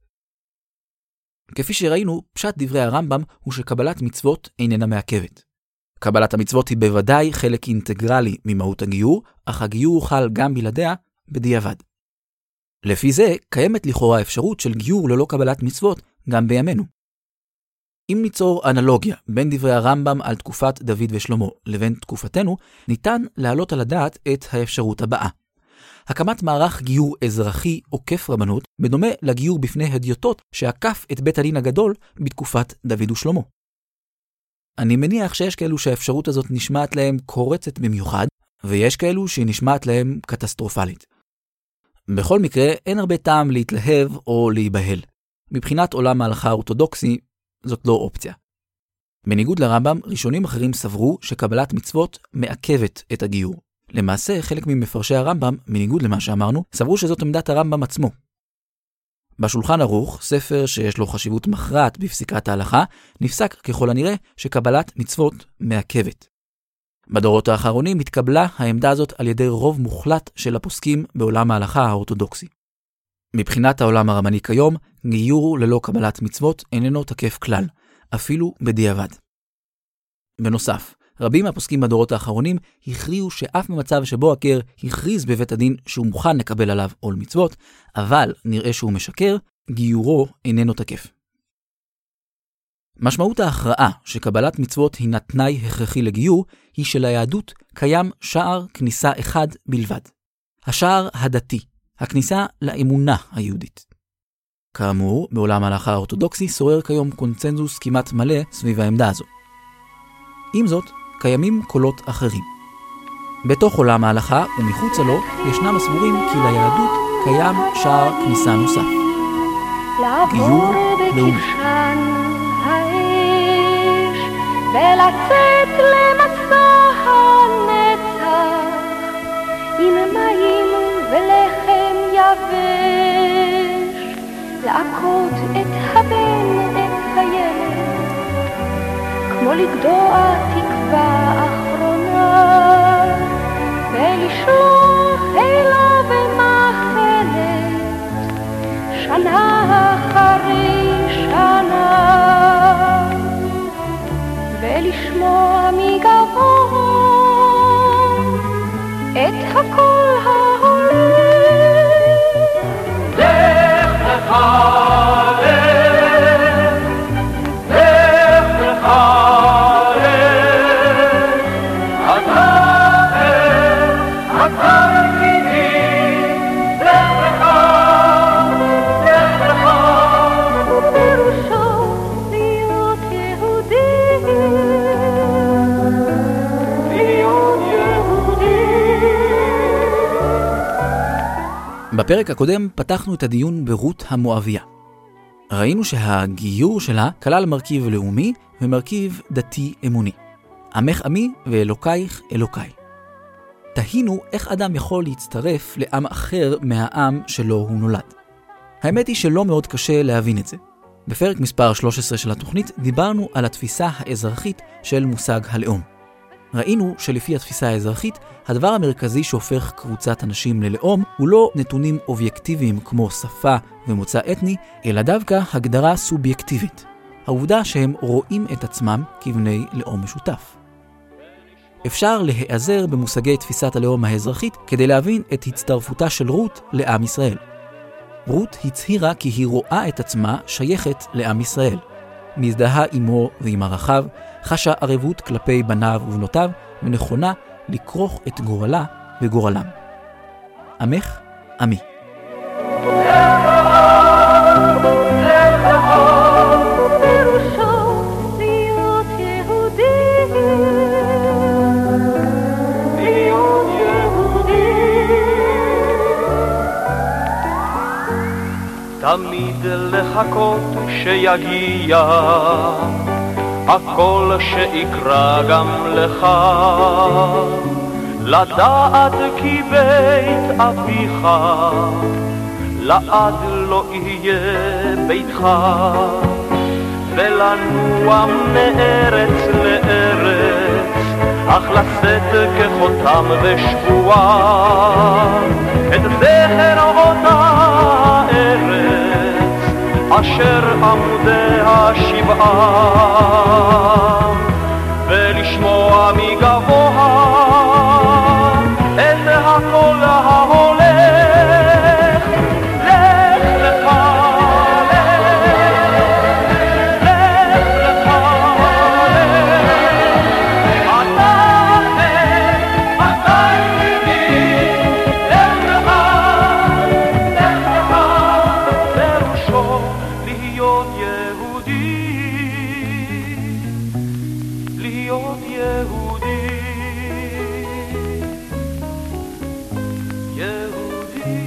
A: כפי שראינו, פשט דברי הרמב"ם הוא שקבלת מצוות איננה מעכבת. קבלת המצוות היא בוודאי חלק אינטגרלי ממהות הגיור, אך הגיור חל גם בלעדיה בדיעבד. לפי זה, קיימת לכאורה אפשרות של גיור ללא קבלת מצוות גם בימינו. אם ניצור אנלוגיה בין דברי הרמב"ם על תקופת דוד ושלמה לבין תקופתנו, ניתן להעלות על הדעת את האפשרות הבאה. הקמת מערך גיור אזרחי עוקף רבנות, בדומה לגיור בפני הדיוטות שעקף את בית הדין הגדול בתקופת דוד ושלמה. אני מניח שיש כאלו שהאפשרות הזאת נשמעת להם קורצת במיוחד, ויש כאלו שהיא נשמעת להם קטסטרופלית. בכל מקרה, אין הרבה טעם להתלהב או להיבהל. מבחינת עולם ההלכה האורתודוקסי, זאת לא אופציה. בניגוד לרמב"ם, ראשונים אחרים סברו שקבלת מצוות מעכבת את הגיור. למעשה, חלק ממפרשי הרמב"ם, מניגוד למה שאמרנו, סברו שזאת עמדת הרמב"ם עצמו. בשולחן ערוך, ספר שיש לו חשיבות מכרעת בפסיקת ההלכה, נפסק ככל הנראה שקבלת מצוות מעכבת. בדורות האחרונים התקבלה העמדה הזאת על ידי רוב מוחלט של הפוסקים בעולם ההלכה האורתודוקסי. מבחינת העולם הרבני כיום, גיור ללא קבלת מצוות איננו תקף כלל, אפילו בדיעבד. בנוסף, רבים מהפוסקים בדורות האחרונים הכריעו שאף במצב שבו הגר הכריז בבית הדין שהוא מוכן לקבל עליו עול מצוות, אבל נראה שהוא משקר, גיורו איננו תקף. משמעות ההכרעה שקבלת מצוות הינה תנאי הכרחי לגיור, היא שליהדות קיים שער כניסה אחד בלבד. השער הדתי, הכניסה לאמונה היהודית. כאמור, בעולם ההלכה האורתודוקסי שורר כיום קונצנזוס כמעט מלא סביב העמדה הזו. עם זאת, קיימים קולות אחרים. בתוך עולם ההלכה ומחוצה לו ישנם הסבורים כי ליהדות קיים שער כניסה נוסף. גיור לאומי.
D: ולצאת למסע הנצח עם מים ולחם יבש, לעקות את הבן את הילד כמו לגדוע תקווה אחרונה ולשלוח אליו במחלת שנה אחרי שנה ולשמוע מגבוה את הקול העולה. לך לך, לך לך, אתה יחידי, לך לך
A: בפרק הקודם פתחנו את הדיון ברות המואביה. ראינו שהגיור שלה כלל מרכיב לאומי ומרכיב דתי אמוני. עמך עמי ואלוקייך אלוקיי. תהינו איך אדם יכול להצטרף לעם אחר מהעם שלו הוא נולד. האמת היא שלא מאוד קשה להבין את זה. בפרק מספר 13 של התוכנית דיברנו על התפיסה האזרחית של מושג הלאום. ראינו שלפי התפיסה האזרחית, הדבר המרכזי שהופך קבוצת אנשים ללאום הוא לא נתונים אובייקטיביים כמו שפה ומוצא אתני, אלא דווקא הגדרה סובייקטיבית. העובדה שהם רואים את עצמם כבני לאום משותף. אפשר להיעזר במושגי תפיסת הלאום האזרחית כדי להבין את הצטרפותה של רות לעם ישראל. רות הצהירה כי היא רואה את עצמה שייכת לעם ישראל. מזדהה עמו ועם ערכיו, חשה ערבות כלפי בניו ובנותיו, ונכונה לכרוך את גורלה וגורלם. עמך עמי.
E: תמיד לחכות שיגיע הכל שיקרא גם לך, לדעת כי בית אביך לעד לא יהיה ביתך, ולנוע מארץ לארץ, אך לשאת כחותם ושבועה את זכר אותה ארץ אשר עמודיה שבעה, ולשמוע מגבוה את הקול ההולך. לך לך, לך לך, אתה ידידי, לך לך, לך לך, פירושו להיות יהודי, להיות יהודי, יהודי.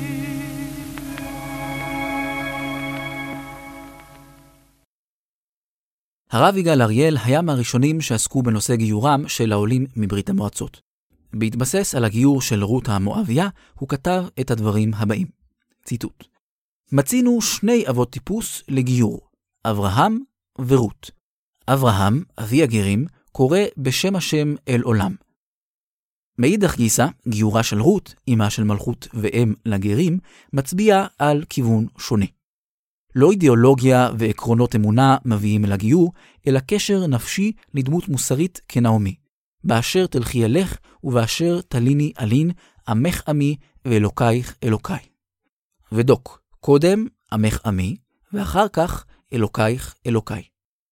A: הרב יגאל אריאל היה מהראשונים שעסקו בנושא גיורם של העולים מברית המועצות. בהתבסס על הגיור של רות המואביה, הוא כתב את הדברים הבאים. ציטוט: מצינו שני אבות טיפוס לגיור, אברהם ורות. אברהם, אבי הגרים, קורא בשם השם אל עולם. מאידך גיסא, גיורה של רות, אמא של מלכות ואם לגרים, מצביע על כיוון שונה. לא אידיאולוגיה ועקרונות אמונה מביאים אל הגיור, אלא קשר נפשי לדמות מוסרית כנעמי. באשר תלכי אלך ובאשר תליני אלין, עמך עמי ואלוקייך אלוקיי. ודוק, קודם עמך עמי, ואחר כך אלוקייך אלוקיי.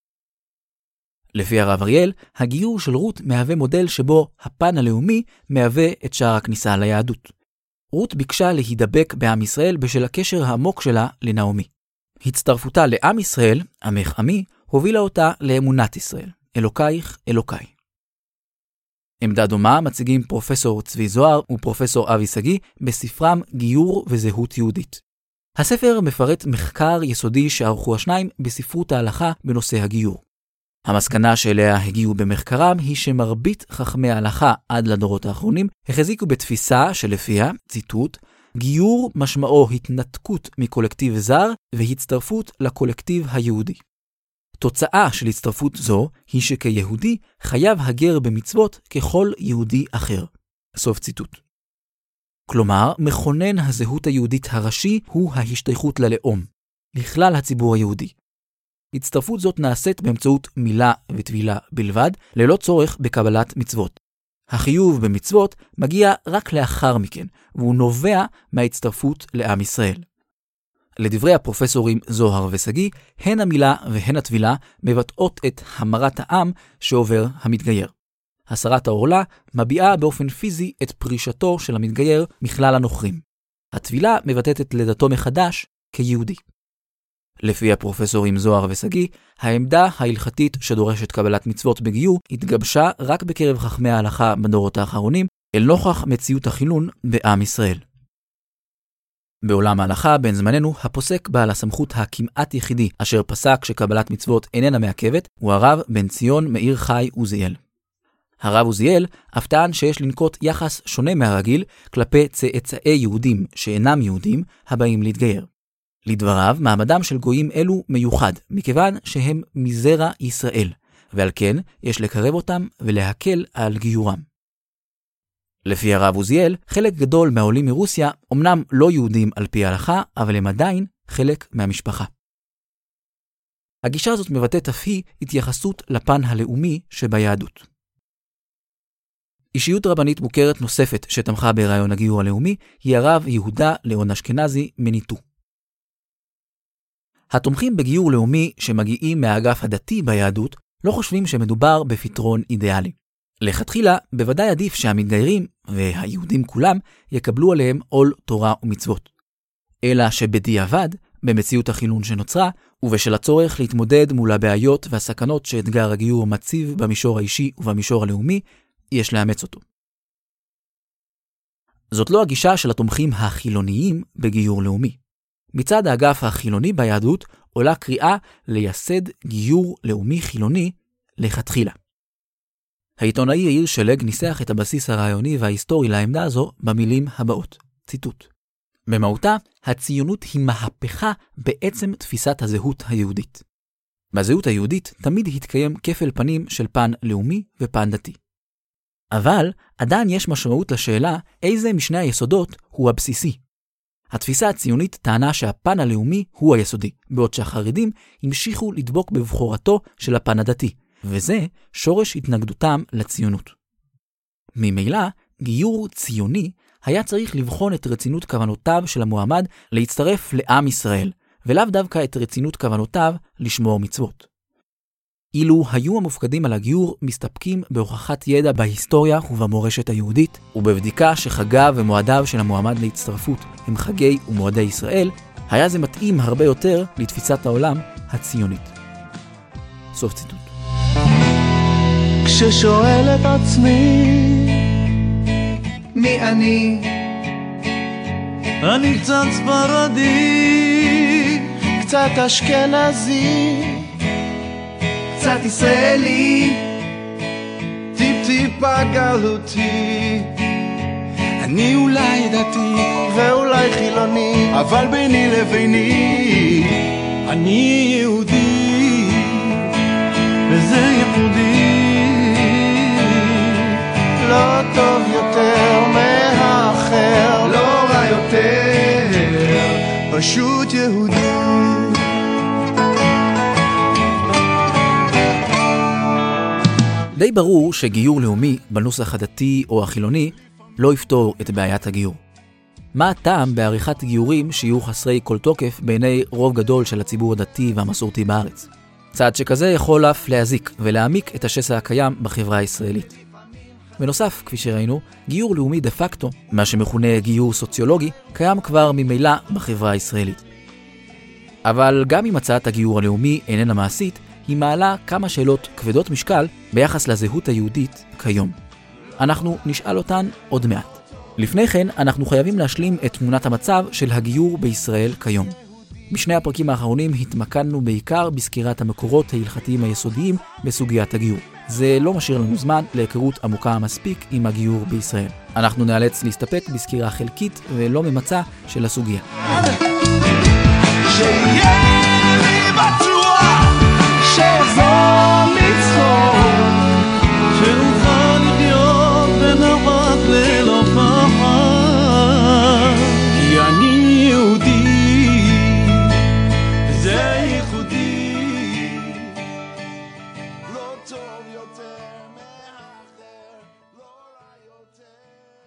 A: לפי הרב אריאל, הגיור של רות מהווה מודל שבו הפן הלאומי מהווה את שער הכניסה ליהדות. רות ביקשה להידבק בעם ישראל בשל הקשר העמוק שלה לנעמי. הצטרפותה לעם ישראל, עמך עמי, הובילה אותה לאמונת ישראל, אלוקייך אלוקיי. עמדה דומה מציגים פרופסור צבי זוהר ופרופסור אבי סגי בספרם גיור וזהות יהודית. הספר מפרט מחקר יסודי שערכו השניים בספרות ההלכה בנושא הגיור. המסקנה שאליה הגיעו במחקרם היא שמרבית חכמי ההלכה עד לדורות האחרונים החזיקו בתפיסה שלפיה, ציטוט, גיור משמעו התנתקות מקולקטיב זר והצטרפות לקולקטיב היהודי. תוצאה של הצטרפות זו היא שכיהודי חייב הגר במצוות ככל יהודי אחר. סוף ציטוט. כלומר, מכונן הזהות היהודית הראשי הוא ההשתייכות ללאום, לכלל הציבור היהודי. הצטרפות זאת נעשית באמצעות מילה וטבילה בלבד, ללא צורך בקבלת מצוות. החיוב במצוות מגיע רק לאחר מכן, והוא נובע מההצטרפות לעם ישראל. לדברי הפרופסורים זוהר וסגי, הן המילה והן הטבילה מבטאות את המרת העם שעובר המתגייר. הסרת העורלה מביעה באופן פיזי את פרישתו של המתגייר מכלל הנוכרים. הטבילה מבטאת את לידתו מחדש כיהודי. לפי הפרופסורים זוהר וסגי, העמדה ההלכתית שדורשת קבלת מצוות בגיור התגבשה רק בקרב חכמי ההלכה בדורות האחרונים, אל נוכח מציאות החילון בעם ישראל. בעולם ההלכה בן זמננו, הפוסק בעל הסמכות הכמעט יחידי אשר פסק שקבלת מצוות איננה מעכבת, הוא הרב בן ציון מאיר חי עוזיאל. הרב עוזיאל אף טען שיש לנקוט יחס שונה מהרגיל כלפי צאצאי יהודים שאינם יהודים הבאים להתגייר. לדבריו, מעמדם של גויים אלו מיוחד, מכיוון שהם מזרע ישראל, ועל כן יש לקרב אותם ולהקל על גיורם. לפי הרב עוזיאל, חלק גדול מהעולים מרוסיה אמנם לא יהודים על פי ההלכה, אבל הם עדיין חלק מהמשפחה. הגישה הזאת מבטאת אף היא התייחסות לפן הלאומי שביהדות. אישיות רבנית מוכרת נוספת שתמכה ברעיון הגיור הלאומי היא הרב יהודה ליאון אשכנזי מניטו. התומכים בגיור לאומי שמגיעים מהאגף הדתי ביהדות לא חושבים שמדובר בפתרון אידיאלי. לכתחילה, בוודאי עדיף שהמתגיירים והיהודים כולם יקבלו עליהם עול תורה ומצוות. אלא שבדיעבד, במציאות החילון שנוצרה, ובשל הצורך להתמודד מול הבעיות והסכנות שאתגר הגיור מציב במישור האישי ובמישור הלאומי, יש לאמץ אותו. זאת לא הגישה של התומכים החילוניים בגיור לאומי. מצד האגף החילוני ביהדות עולה קריאה לייסד גיור לאומי חילוני לכתחילה. העיתונאי יאיר שלג ניסח את הבסיס הרעיוני וההיסטורי לעמדה הזו במילים הבאות, ציטוט: במהותה, הציונות היא מהפכה בעצם תפיסת הזהות היהודית. בזהות היהודית תמיד התקיים כפל פנים של פן לאומי ופן דתי. אבל עדיין יש משמעות לשאלה איזה משני היסודות הוא הבסיסי. התפיסה הציונית טענה שהפן הלאומי הוא היסודי, בעוד שהחרדים המשיכו לדבוק בבחורתו של הפן הדתי, וזה שורש התנגדותם לציונות. ממילא, גיור ציוני היה צריך לבחון את רצינות כוונותיו של המועמד להצטרף לעם ישראל, ולאו דווקא את רצינות כוונותיו לשמור מצוות. אילו היו המופקדים על הגיור מסתפקים בהוכחת ידע בהיסטוריה ובמורשת היהודית, ובבדיקה שחגיו ומועדיו של המועמד להצטרפות הם חגי ומועדי ישראל, היה זה מתאים הרבה יותר לתפיסת העולם הציונית. סוף ציטוט.
B: כששואל את עצמי מי אני קצת ספרדי, קצת אשכנזי, קצת ישראלי, טיפ-טיפה גלותי. אני אולי דתי ואולי חילוני, אבל ביני לביני אני יהודי, וזה ייחודי. לא טוב יותר מהאחר, לא רע יותר, פשוט יהודי.
A: די ברור שגיור לאומי בנוסח הדתי או החילוני לא יפתור את בעיית הגיור. מה הטעם בעריכת גיורים שיהיו חסרי כל תוקף בעיני רוב גדול של הציבור הדתי והמסורתי בארץ? צעד שכזה יכול אף להזיק ולהעמיק את השסע הקיים בחברה הישראלית. בנוסף, כפי שראינו, גיור לאומי דה פקטו, מה שמכונה גיור סוציולוגי, קיים כבר ממילא בחברה הישראלית. אבל גם אם הצעת הגיור הלאומי איננה מעשית, היא מעלה כמה שאלות כבדות משקל ביחס לזהות היהודית כיום. אנחנו נשאל אותן עוד מעט. לפני כן, אנחנו חייבים להשלים את תמונת המצב של הגיור בישראל כיום. בשני הפרקים האחרונים התמקדנו בעיקר בסקירת המקורות ההלכתיים היסודיים בסוגיית הגיור. זה לא משאיר לנו זמן להיכרות עמוקה מספיק עם הגיור בישראל. אנחנו נאלץ להסתפק בסקירה חלקית ולא ממצה של הסוגיה.
B: שיהיה לי בטוח שזו מצחוק, שאוכל לחיות בנוות ללא פחד, כי אני יהודי, זה ייחודי, לא טוב יותר מאחר, לא רע יותר.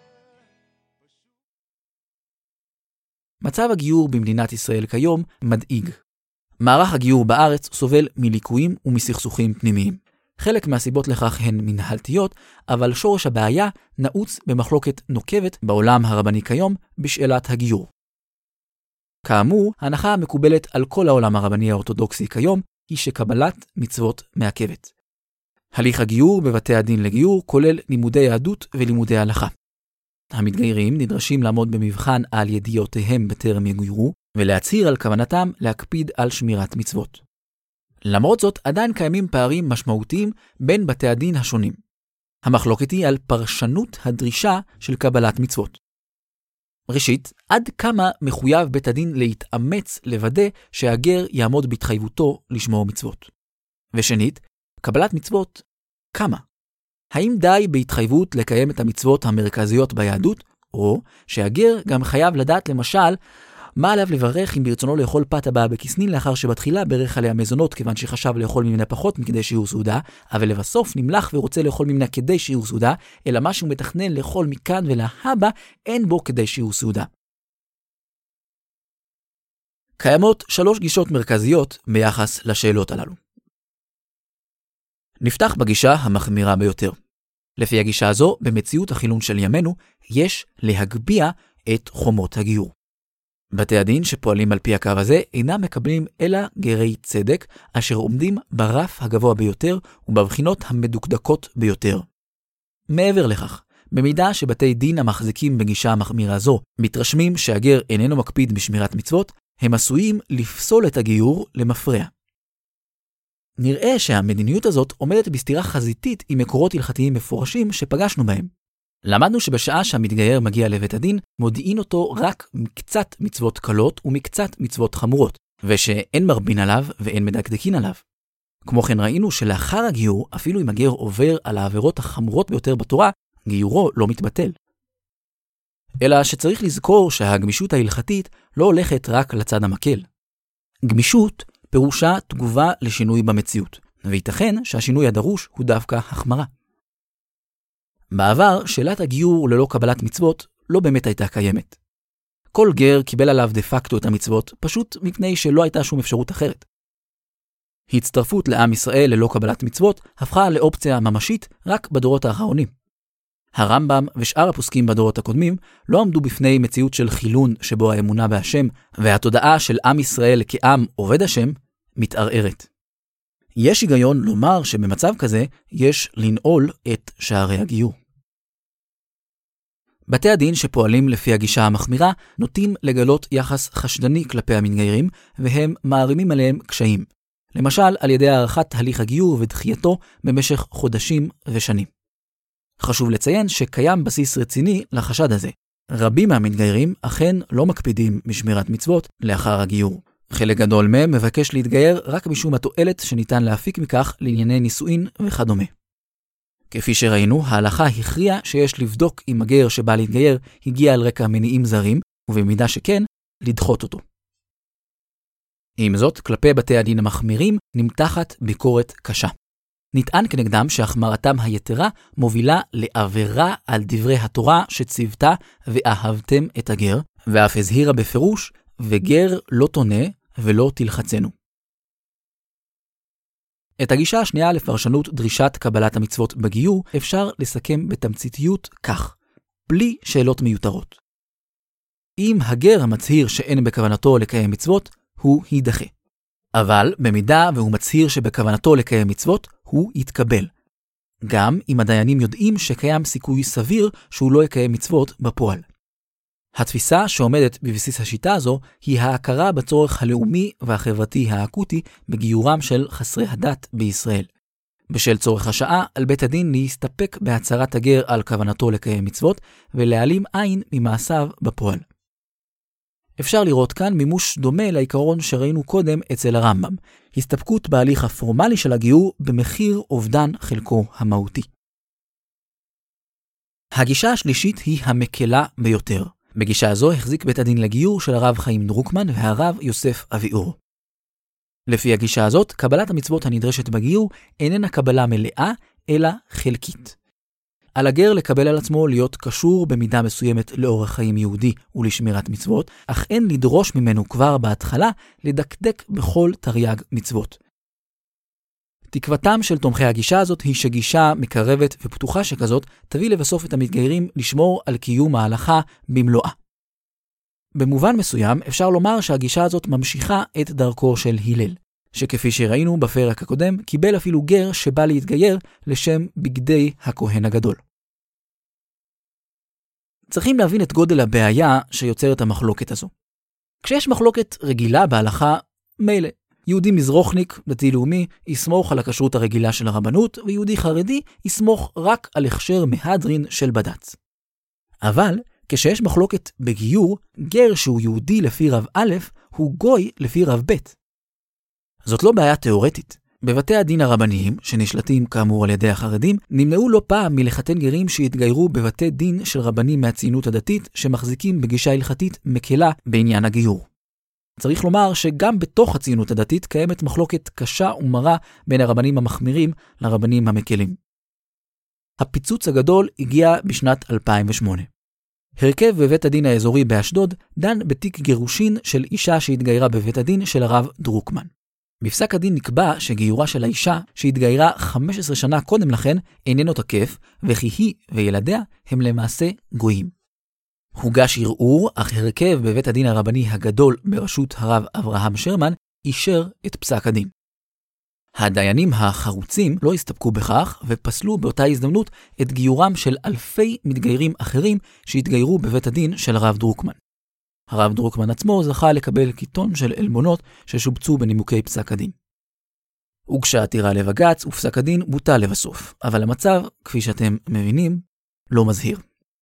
A: מצב הגיור במדינת ישראל כיום מדאיג. מערך הגיור בארץ סובל מליקויים ומסכסוכים פנימיים. חלק מהסיבות לכך הן מנהלתיות, אבל שורש הבעיה נעוץ במחלוקת נוקבת בעולם הרבני כיום בשאלת הגיור. כאמור, ההנחה המקובלת על כל העולם הרבני האורתודוקסי כיום היא שקבלת מצוות מעכבת. הליך הגיור בבתי הדין לגיור כולל לימודי יהדות ולימודי הלכה. המתגיירים נדרשים לעמוד במבחן על ידיעותיהם בטרם יגוירו, ולהצהיר על כוונתם להקפיד על שמירת מצוות. למרות זאת, עדיין קיימים פערים משמעותיים בין בתי הדין השונים. המחלוקת היא על פרשנות הדרישה של קבלת מצוות. ראשית, עד כמה מחויב בית הדין להתאמץ לוודא שהגר יעמוד בהתחייבותו לשמור מצוות. ושנית, קבלת מצוות, כמה? האם די בהתחייבות לקיים את המצוות המרכזיות ביהדות, או שהגר גם חייב לדעת למשל מה עליו לברך אם ברצונו לאכול פת הבאה בכסנין לאחר שבתחילה ברך עליה מזונות כיוון שחשב לאכול ממנה פחות מכדי שיעור סעודה, אבל לבסוף נמלח ורוצה לאכול ממנה כדי שיעור סעודה, אלא מה שהוא מתכנן לאכול מכאן ולהבא אין בו כדי שיעור סעודה. קיימות 3 גישות מרכזיות ביחס לשאלות הללו. נפתח בגישה המחמירה ביותר. לפי הגישה הזו, במציאות החילון של ימינו, יש להגביה את חומות הגיור. בתי הדין שפועלים על פי הקו הזה אינם מקבלים אלא גרי צדק, אשר עומדים ברף הגבוה ביותר ובבחינות המדוקדקות ביותר. מעבר לכך, במידה שבתי דין המחזיקים בגישה המחמירה זו מתרשמים שהגר איננו מקפיד בשמירת מצוות, הם עשויים לפסול את הגיור למפרע. נראה שהמדיניות הזאת עומדת בסתירה חזיתית עם מקורות הלכתיים מפורשים שפגשנו בהם. למדנו שבשעה שהמתגייר מגיע לבית הדין, מודיעין אותו רק מקצת מצוות קלות ומקצת מצוות חמורות, ושאין מרבין עליו ואין מדקדקין עליו. כמו כן ראינו שלאחר הגיור, אפילו אם הגר עובר על העבירות החמורות ביותר בתורה, גיורו לא מתבטל. אלא שצריך לזכור שהגמישות ההלכתית לא הולכת רק לצד המקל. גמישות פירושה תגובה לשינוי במציאות, וייתכן שהשינוי הדרוש הוא דווקא החמרה. בעבר, שאלת הגיור ללא קבלת מצוות לא באמת הייתה קיימת. כל גר קיבל עליו דה פקטו את המצוות, פשוט מפני שלא הייתה שום אפשרות אחרת. הצטרפות לעם ישראל ללא קבלת מצוות הפכה לאופציה ממשית רק בדורות האחרונים. הרמב"ם ושאר הפוסקים בדורות הקודמים לא עמדו בפני מציאות של חילון שבו האמונה בהשם והתודעה של עם ישראל כעם עובד השם מתערערת. יש היגיון לומר שבמצב כזה יש לנעול את שערי הגיור. בתי הדין שפועלים לפי הגישה המחמירה נוטים לגלות יחס חשדני כלפי המתגיירים והם מערימים עליהם קשיים. למשל על ידי הערכת הליך הגיור ודחייתו במשך חודשים ושנים. חשוב לציין שקיים בסיס רציני לחשד הזה. רבים מהמתגיירים אכן לא מקפידים בשמירת מצוות לאחר הגיור. חלק גדול מהם מבקש להתגייר רק משום התועלת שניתן להפיק מכך לענייני נישואין וכדומה. כפי שראינו, ההלכה הכריעה שיש לבדוק אם הגר שבא להתגייר הגיע על רקע מניעים זרים, ובמידה שכן, לדחות אותו. עם זאת, כלפי בתי הדין המחמירים נמתחת ביקורת קשה. נטען כנגדם שהחמרתם היתרה מובילה לעבירה על דברי התורה שציוותה ואהבתם את הגר, ואף הזהירה בפירוש, וגר לא תונה ולא תלחצנו. את הגישה השנייה לפרשנות דרישת קבלת המצוות בגיור אפשר לסכם בתמציתיות כך, בלי שאלות מיותרות. אם הגר מצהיר שאין בכוונתו לקיים מצוות, הוא יידחה. אבל במידה והוא מצהיר שבכוונתו לקיים מצוות, הוא יתקבל. גם אם הדיינים יודעים שקיים סיכוי סביר שהוא לא יקיים מצוות בפועל. התפיסה שעומדת בבסיס השיטה הזו היא ההכרה בצורך הלאומי והחברתי האקוטי בגיורם של חסרי הדת בישראל. בשל צורך השעה, על בית הדין להסתפק בהצהרת הגר על כוונתו לקיים מצוות ולהעלים עין ממעשיו בפועל. אפשר לראות כאן מימוש דומה לעיקרון שראינו קודם אצל הרמב"ם, הסתפקות בהליך הפורמלי של הגיור במחיר אובדן חלקו המהותי. הגישה השלישית היא המקלה ביותר. בגישה הזו החזיק בית הדין לגיור של הרב חיים דרוקמן והרב יוסף אביאור. לפי הגישה הזאת, קבלת המצוות הנדרשת בגיור איננה קבלה מלאה, אלא חלקית. על הגר לקבל על עצמו להיות קשור במידה מסוימת לאורח חיים יהודי ולשמירת מצוות, אך אין לדרוש ממנו כבר בהתחלה לדקדק בכל תרי"ג מצוות. תקוותם של תומכי הגישה הזאת היא שגישה מקרבת ופתוחה שכזאת תביא לבסוף את המתגיירים לשמור על קיום ההלכה במלואה. במובן מסוים אפשר לומר שהגישה הזאת ממשיכה את דרכו של הלל, שכפי שראינו בפרק הקודם קיבל אפילו גר שבא להתגייר לשם בגדי הכהן הגדול. צריכים להבין את גודל הבעיה שיוצרת המחלוקת הזו. כשיש מחלוקת רגילה בהלכה, מילא. יהודי מזרוחניק, דתי-לאומי, יסמוך על הכשרות הרגילה של הרבנות, ויהודי חרדי יסמוך רק על הכשר מהדרין של בד"ץ. אבל כשיש מחלוקת בגיור, גר שהוא יהודי לפי רב א' הוא גוי לפי רב ב'. זאת לא בעיה תיאורטית. בבתי הדין הרבניים, שנשלטים כאמור על ידי החרדים, נמנעו לא פעם מלחתן גרים שהתגיירו בבתי דין של רבנים מהציונות הדתית שמחזיקים בגישה הלכתית מקלה בעניין הגיור. צריך לומר שגם בתוך הציונות הדתית קיימת מחלוקת קשה ומרה בין הרבנים המחמירים לרבנים המקלים. הפיצוץ הגדול הגיע בשנת 2008. הרכב בבית הדין האזורי באשדוד דן בתיק גירושין של אישה שהתגיירה בבית הדין של הרב דרוקמן. בפסק הדין נקבע שגיורה של האישה שהתגיירה 15 שנה קודם לכן איננו תקף, וכי היא וילדיה הם למעשה גויים. הוגש ערעור, אך הרכב בבית הדין הרבני הגדול בראשות הרב אברהם שרמן אישר את פסק הדין. הדיינים החרוצים לא הסתפקו בכך ופסלו באותה הזדמנות את גיורם של אלפי מתגיירים אחרים שהתגיירו בבית הדין של הרב דרוקמן. הרב דרוקמן עצמו זכה לקבל קיטון של אלמונות ששובצו בנימוקי פסק הדין. הוגשה עתירה לבג"ץ ופסק הדין בוטל לבסוף, אבל המצב, כפי שאתם מבינים, לא מזהיר.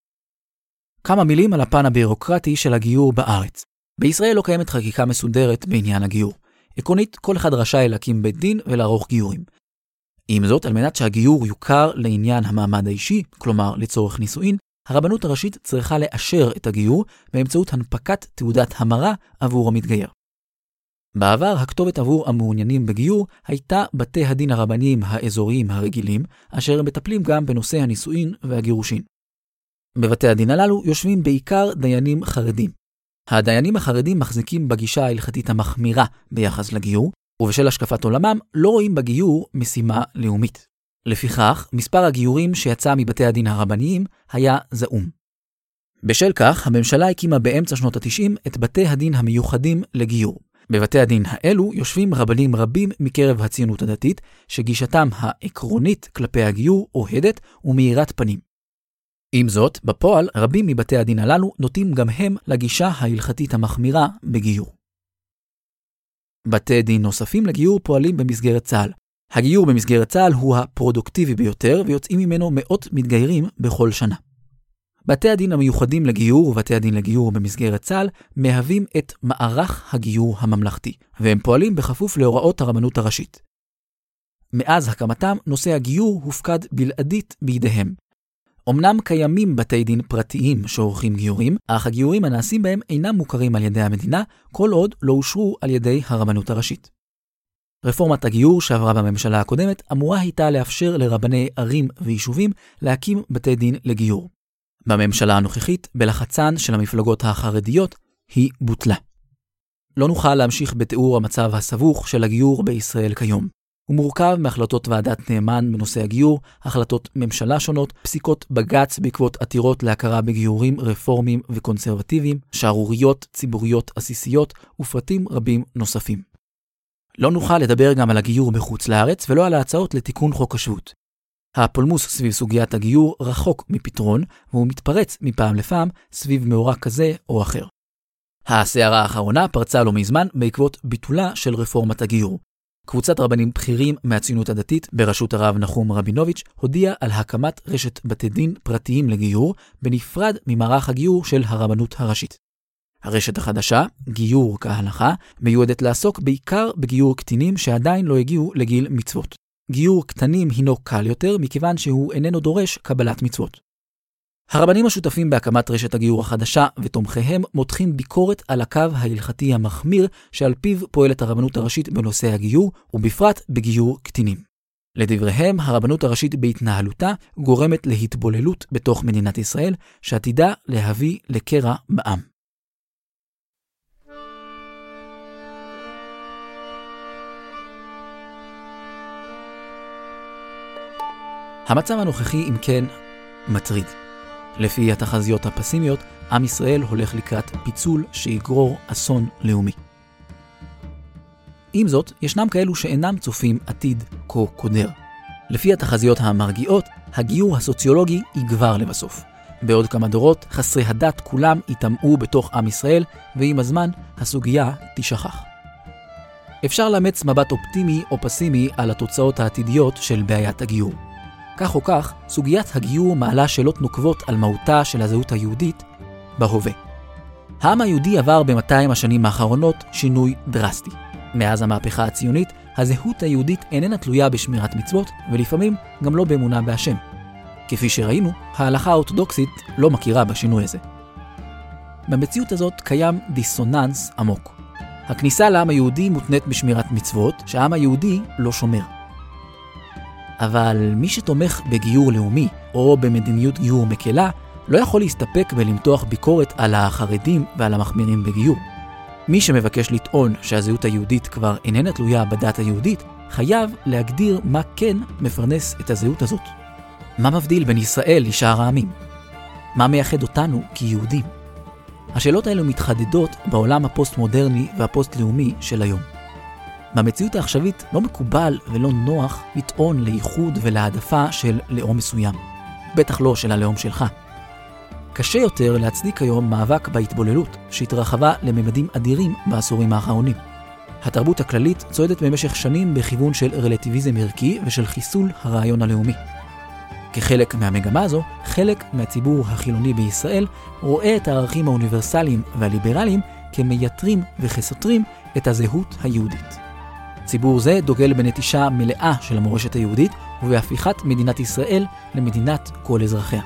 A: כמה מילים על הפן הבירוקרטי של הגיור בארץ. בישראל לא קיימת חקיקה מסודרת בעניין הגיור. עקרונית, כל אחד רשאי להקים בית דין ולערוך גיורים. עם זאת, על מנת שהגיור יוכר לעניין המעמד האישי, כלומר לצורך נישואין, הרבנות הראשית צריכה לאשר את הגיור באמצעות הנפקת תעודת המרה עבור המתגייר. בעבר, הכתובת עבור המעוניינים בגיור הייתה בתי הדין הרבניים האזוריים הרגילים, אשר מטפלים גם בנושא הנישואין והגירושין. בבתי הדין הללו יושבים בעיקר דיינים חרדים. הדיינים החרדים מחזיקים בגישה ההלכתית המחמירה ביחס לגיור, ובשל השקפת עולמם לא רואים בגיור משימה לאומית. לפיכך, מספר הגיורים שיצא מבתי הדין הרבניים היה זעום. בשל כך, הממשלה הקימה באמצע שנות ה-90 את בתי הדין המיוחדים לגיור. בבתי הדין האלו יושבים רבנים רבים מקרב הציונות הדתית, שגישתם העקרונית כלפי הגיור אוהדת ומאירת פנים. עם זאת, בפועל, רבים מבתי הדין הללו נוטים גם הם לגישה ההלכתית המחמירה בגיור. בתי דין נוספים לגיור פועלים במסגרת צה"ל. הגיור במסגרת צה"ל הוא הפרודוקטיבי ביותר, ויוצאים ממנו מאות מתגיירים בכל שנה. בתי הדין המיוחדים לגיור ובתי הדין לגיור במסגרת צה"ל מהווים את מערך הגיור הממלכתי, והם פועלים בכפוף להוראות הרבנות הראשית. מאז הקמתם, נושא הגיור הופקד בלעדית בידיהם. אמנם קיימים בתי דין פרטיים שעורכים גיורים, אך הגיורים הנעשים בהם אינם מוכרים על ידי המדינה, כל עוד לא אושרו על ידי הרבנות הראשית. רפורמת הגיור שעברה בממשלה הקודמת אמורה הייתה לאפשר לרבני ערים ויישובים להקים בתי דין לגיור. בממשלה הנוכחית, בלחצן של המפלגות החרדיות, היא בוטלה. לא נוכל להמשיך בתיאור המצב הסבוך של הגיור בישראל כיום. הוא מורכב מהחלטות ועדת נאמן בנושא הגיור, החלטות ממשלה שונות, פסיקות בג"ץ בעקבות עתירות להכרה בגיורים רפורמיים וקונסרבטיביים, שערוריות ציבוריות עסיסיות ופרטים רבים נוספים. לא נוכל לדבר גם על הגיור בחוץ לארץ ולא על ההצעות לתיקון חוק השבות. הפולמוס סביב סוגיית הגיור רחוק מפתרון, והוא מתפרץ מפעם לפעם סביב מאורע כזה או אחר. הסערה האחרונה פרצה לא מזמן בעקבות ביטולה של רפורמת הגיור. קבוצת רבנים בכירים מהציונות הדתית בראשות הרב נחום רבינוביץ' הודיעה על הקמת רשת בתי דין פרטיים לגיור בנפרד ממערך הגיור של הרבנות הראשית. הרשת החדשה, גיור כהלכה, מיועדת לעסוק בעיקר בגיור קטינים שעדיין לא הגיעו לגיל מצוות. גיור קטנים הינו קל יותר מכיוון שהוא איננו דורש קבלת מצוות. הרבנים השותפים בהקמת רשת הגיור החדשה ותומכיהם מותחים ביקורת על הקו ההלכתי המחמיר שעל פיו פועלת הרבנות הראשית בנושא הגיור, ובפרט בגיור קטינים. לדבריהם, הרבנות הראשית בהתנהלותה גורמת להתבוללות בתוך מדינת ישראל, שעתידה להביא לקרע בעם. המצב הנוכחי, אם כן, מטריד. לפי התחזיות הפסימיות, עם ישראל הולך לקראת פיצול שיגרור אסון לאומי. עם זאת, ישנם כאלו שאינם צופים עתיד כה קודר. לפי התחזיות המרגיעות, הגיור הסוציולוגי יגבר לבסוף. בעוד כמה דורות חסרי הדת כולם יטמעו בתוך עם ישראל, ועם הזמן הסוגיה תשכח. אפשר לאמץ מבט אופטימי או פסימי על התוצאות העתידיות של בעיית הגיור. כך או כך, סוגיית הגיור מעלה שאלות נוקבות על מהותה של הזהות היהודית בהווה. העם היהודי עבר ב-200 השנים האחרונות שינוי דרסטי. מאז המהפכה הציונית, הזהות היהודית איננה תלויה בשמירת מצוות, ולפעמים גם לא באמונה בהשם. כפי שראינו, ההלכה האורתודוקסית לא מכירה בשינוי הזה. במציאות הזאת קיים דיסוננס עמוק. הכניסה לעם היהודי מותנית בשמירת מצוות, שהעם היהודי לא שומר. אבל מי שתומך בגיור לאומי או במדיניות גיור מקלה, לא יכול להסתפק ולמתוח ביקורת על החרדים ועל המחמירים בגיור. מי שמבקש לטעון שהזהות היהודית כבר איננה תלויה בדת היהודית, חייב להגדיר מה כן מפרנס את הזהות הזאת. מה מבדיל בין ישראל לשאר העמים? מה מייחד אותנו כיהודים? השאלות האלו מתחדדות בעולם הפוסט-מודרני והפוסט-לאומי של היום. במציאות העכשווית לא מקובל ולא נוח לטעון לייחוד ולהעדפה של לאום מסוים. בטח לא של הלאום שלך. קשה יותר להצדיק היום מאבק בהתבוללות שהתרחבה לממדים אדירים בעשורים האחרונים. התרבות הכללית צועדת במשך שנים בכיוון של רלטיביזם ערכי ושל חיסול הרעיון הלאומי. כחלק מהמגמה הזו, חלק מהציבור החילוני בישראל רואה את הערכים האוניברסליים והליברליים כמייתרים וכסותרים את הזהות היהודית. ציבור זה דוגל בנטישה מלאה של המורשת היהודית ובהפיכת מדינת ישראל למדינת כל אזרחיה.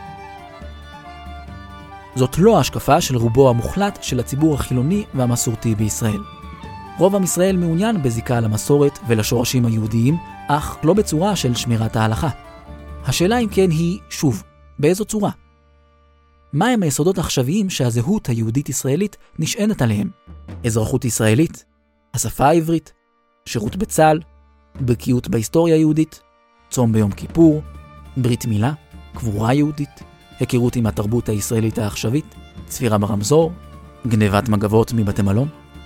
A: זאת לא ההשקפה של רובו המוחלט של הציבור החילוני והמסורתי בישראל. רוב עם ישראל מעוניין בזיקה למסורת ולשורשים היהודיים, אך לא בצורה של שמירת ההלכה. השאלה אם כן היא, שוב, באיזו צורה? מהם היסודות העכשוויים שהזהות היהודית-ישראלית נשענת עליהם? אזרחות ישראלית? השפה העברית? שירות בצה"ל? בקיאות בהיסטוריה היהודית? צום ביום כיפור? ברית מילה? קבורה יהודית? היכרות עם התרבות הישראלית העכשווית? צפירה ברמזור? גנבת מגבות מבתי מלון?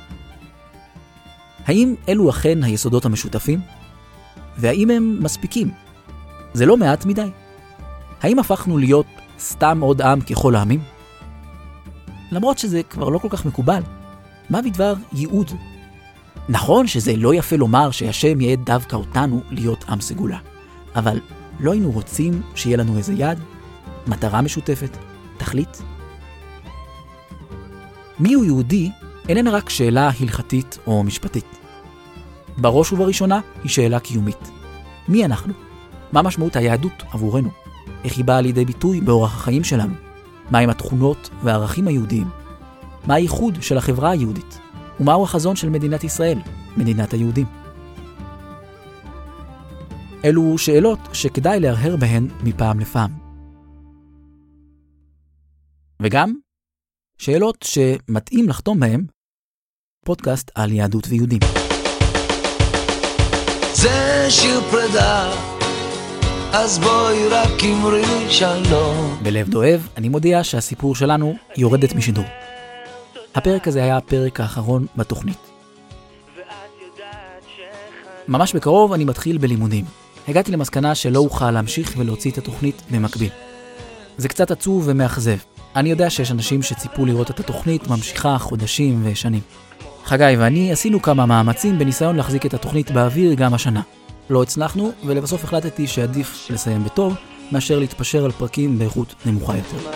A: האם אלו אכן היסודות המשותפים? והאם הם מספיקים? זה לא מעט מדי. האם הפכנו להיות סתם עוד עם ככל העמים? למרות שזה כבר לא כל כך מקובל, מה בדבר ייעוד? נכון שזה לא יפה לומר שהשם ייעד דווקא אותנו להיות עם סגולה, אבל לא היינו רוצים שיהיה לנו איזה יד, מטרה משותפת, תכלית? מיהו יהודי איננה רק שאלה הלכתית או משפטית. בראש ובראשונה היא שאלה קיומית. מי אנחנו? מה משמעות היהדות עבורנו? איך היא באה לידי ביטוי באורח החיים שלנו? מהם התכונות והערכים היהודיים? מה הייחוד של החברה היהודית? ומהו החזון של מדינת ישראל, מדינת היהודים? אלו שאלות שכדאי להרהר בהן מפעם לפעם. וגם שאלות שמתאים לחתום בהן פודקאסט על יהדות ויהודים.
B: זה שיר פרידה, אז בואי רק אמרי שלום.
A: בלב דואב אני מודיע שהסיפור שלנו יורדת משידור. הפרק הזה היה הפרק האחרון בתוכנית. ממש בקרוב אני מתחיל בלימודים. הגעתי למסקנה שלא אוכל להמשיך ולהוציא את התוכנית במקביל. זה קצת עצוב ומאכזב. אני יודע שיש אנשים שציפו לראות את התוכנית ממשיכה חודשים ושנים. חגי ואני עשינו כמה מאמצים בניסיון להחזיק את התוכנית באוויר גם השנה. לא הצלחנו, ולבסוף החלטתי שעדיף לסיים בטוב, מאשר להתפשר על פרקים באיכות נמוכה יותר.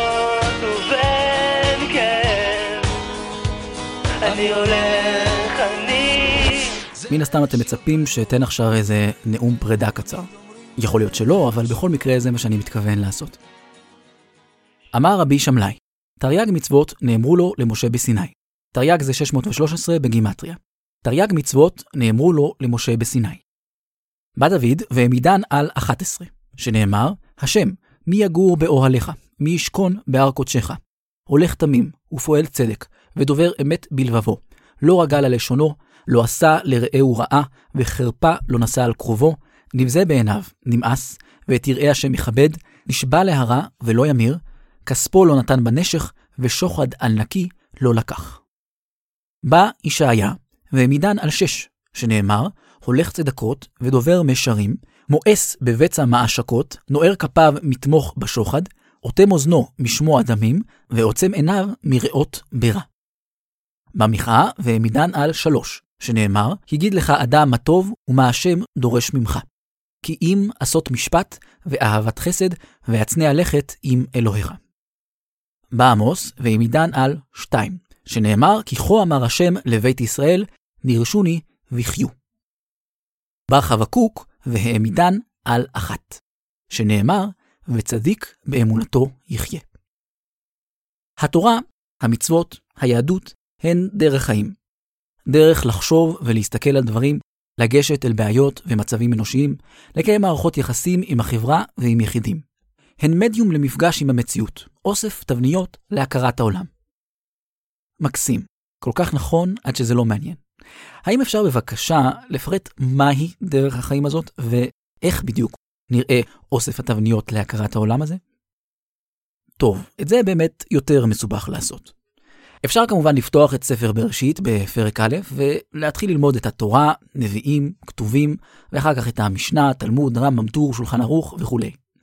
A: מן הסתם אתם מצפים שתן עכשיו איזה נאום פרידה קצר. יכול להיות שלא, אבל בכל מקרה זה מה שאני מתכוון לעשות. אמר רבי שמלאי, תרי"ג מצוות נאמרו לו למשה בסיני. תרי"ג זה 613 בגימטריה. תרי"ג מצוות נאמרו לו למשה בסיני. בא דוד והעמידן על 11, שנאמר, השם, מי יגור באוהליך, מי ישכון בהר קודשך. הולך תמים ופועל צדק, ודובר אמת בלבבו. לא רגל על לשונו, לא עשה לרעהו רעה, וחרפה לא נשא על קרובו, נבזה בעיניו, נמאס, ואת יראי השם יכבד, נשבע להרע ולא ימיר, כספו לא נתן בנשך, ושוחד על נקי לא לקח. בא ישעיה, והעמידן על 6, שנאמר, הולך צדקות ודובר משרים, מואס בבצע מעשקות, נוער כפיו מתמוך בשוחד, אוטם אוזנו משמוע דמים, ועוצם עיניו מראות ברע. במיכה והעמידן על 3, שנאמר, הגיד לך אדם מה טוב ומה השם דורש ממך. כי אם עשות משפט ואהבת חסד והצנע לכת עם אלוהיך. בעמוס והעמידן על 2, שנאמר, כי כה אמר השם לבית ישראל, נרשוני וחיו. בחבקוק והעמידן על 1, שנאמר, וצדיק באמונתו יחיה. התורה, המצוות, היהדות, הן דרך חיים. דרך לחשוב ולהסתכל על דברים, לגשת אל בעיות ומצבים אנושיים, לקיים מערכות יחסים עם החברה ועם יחידים. הן מדיום למפגש עם המציאות, אוסף תבניות להכרת העולם. מקסים, כל כך נכון עד שזה לא מעניין. האם אפשר בבקשה לפרט מהי דרך החיים הזאת ואיך בדיוק נראה אוסף התבניות להכרת העולם הזה? טוב, את זה באמת יותר מסובך לעשות. אפשר כמובן לפתוח את ספר בראשית בפרק א' ולהתחיל ללמוד את התורה, נביאים, כתובים, ואחר כך את המשנה, תלמוד, רמב"ם, טור, שולחן ערוך וכו'.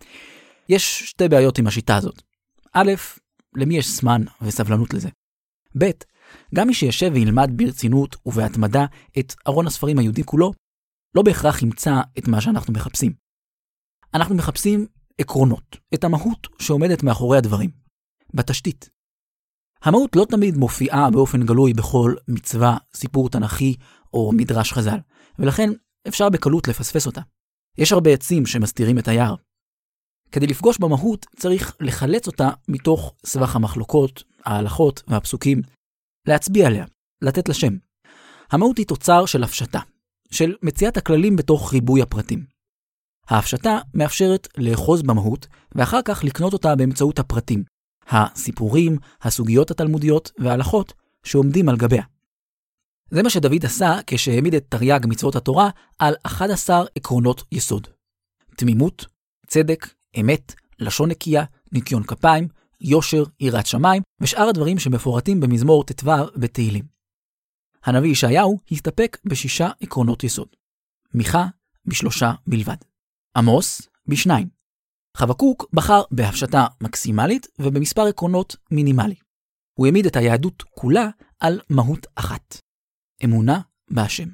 A: יש 2 בעיות עם השיטה הזאת. א', למי יש זמן וסבלנות לזה? ב', גם מי שישב וילמד ברצינות ובהתמדה את ארון הספרים היהודי כולו, לא בהכרח ימצא את מה שאנחנו מחפשים. אנחנו מחפשים עקרונות, את המהות שעומדת מאחורי הדברים, בתשתית. המהות לא תמיד מופיעה באופן גלוי בכל מצווה, סיפור תנכי או מדרש חז"ל, ולכן אפשר בקלות לפספס אותה. יש הרבה עצים שמסתירים את היער. כדי לפגוש במהות צריך לחלץ אותה מתוך סבך המחלוקות, ההלכות והפסוקים, להצביע עליה, לתת לה שם. המהות היא תוצר של הפשטה, של מציאת הכללים בתוך ריבוי הפרטים. ההפשטה מאפשרת לאחוז במהות ואחר כך לקנות אותה באמצעות הפרטים, הסיפורים, הסוגיות התלמודיות וההלכות שעומדים על גביה. זה מה שדוד עשה כשהעמיד את תרי"ג מצוות התורה על 11 עקרונות יסוד. תמימות, צדק, אמת, לשון נקייה, ניקיון כפיים, יושר, יראת שמיים ושאר הדברים שמפורטים במזמור ט"ו בתהילים. הנביא ישעיהו הסתפק ב6 עקרונות יסוד. מיכה ב3 בלבד. עמוס ב2. חבקוק בחר בהפשטה מקסימלית ובמספר עקרונות מינימלי. הוא העמיד את היהדות כולה על מהות אחת. אמונה בהשם.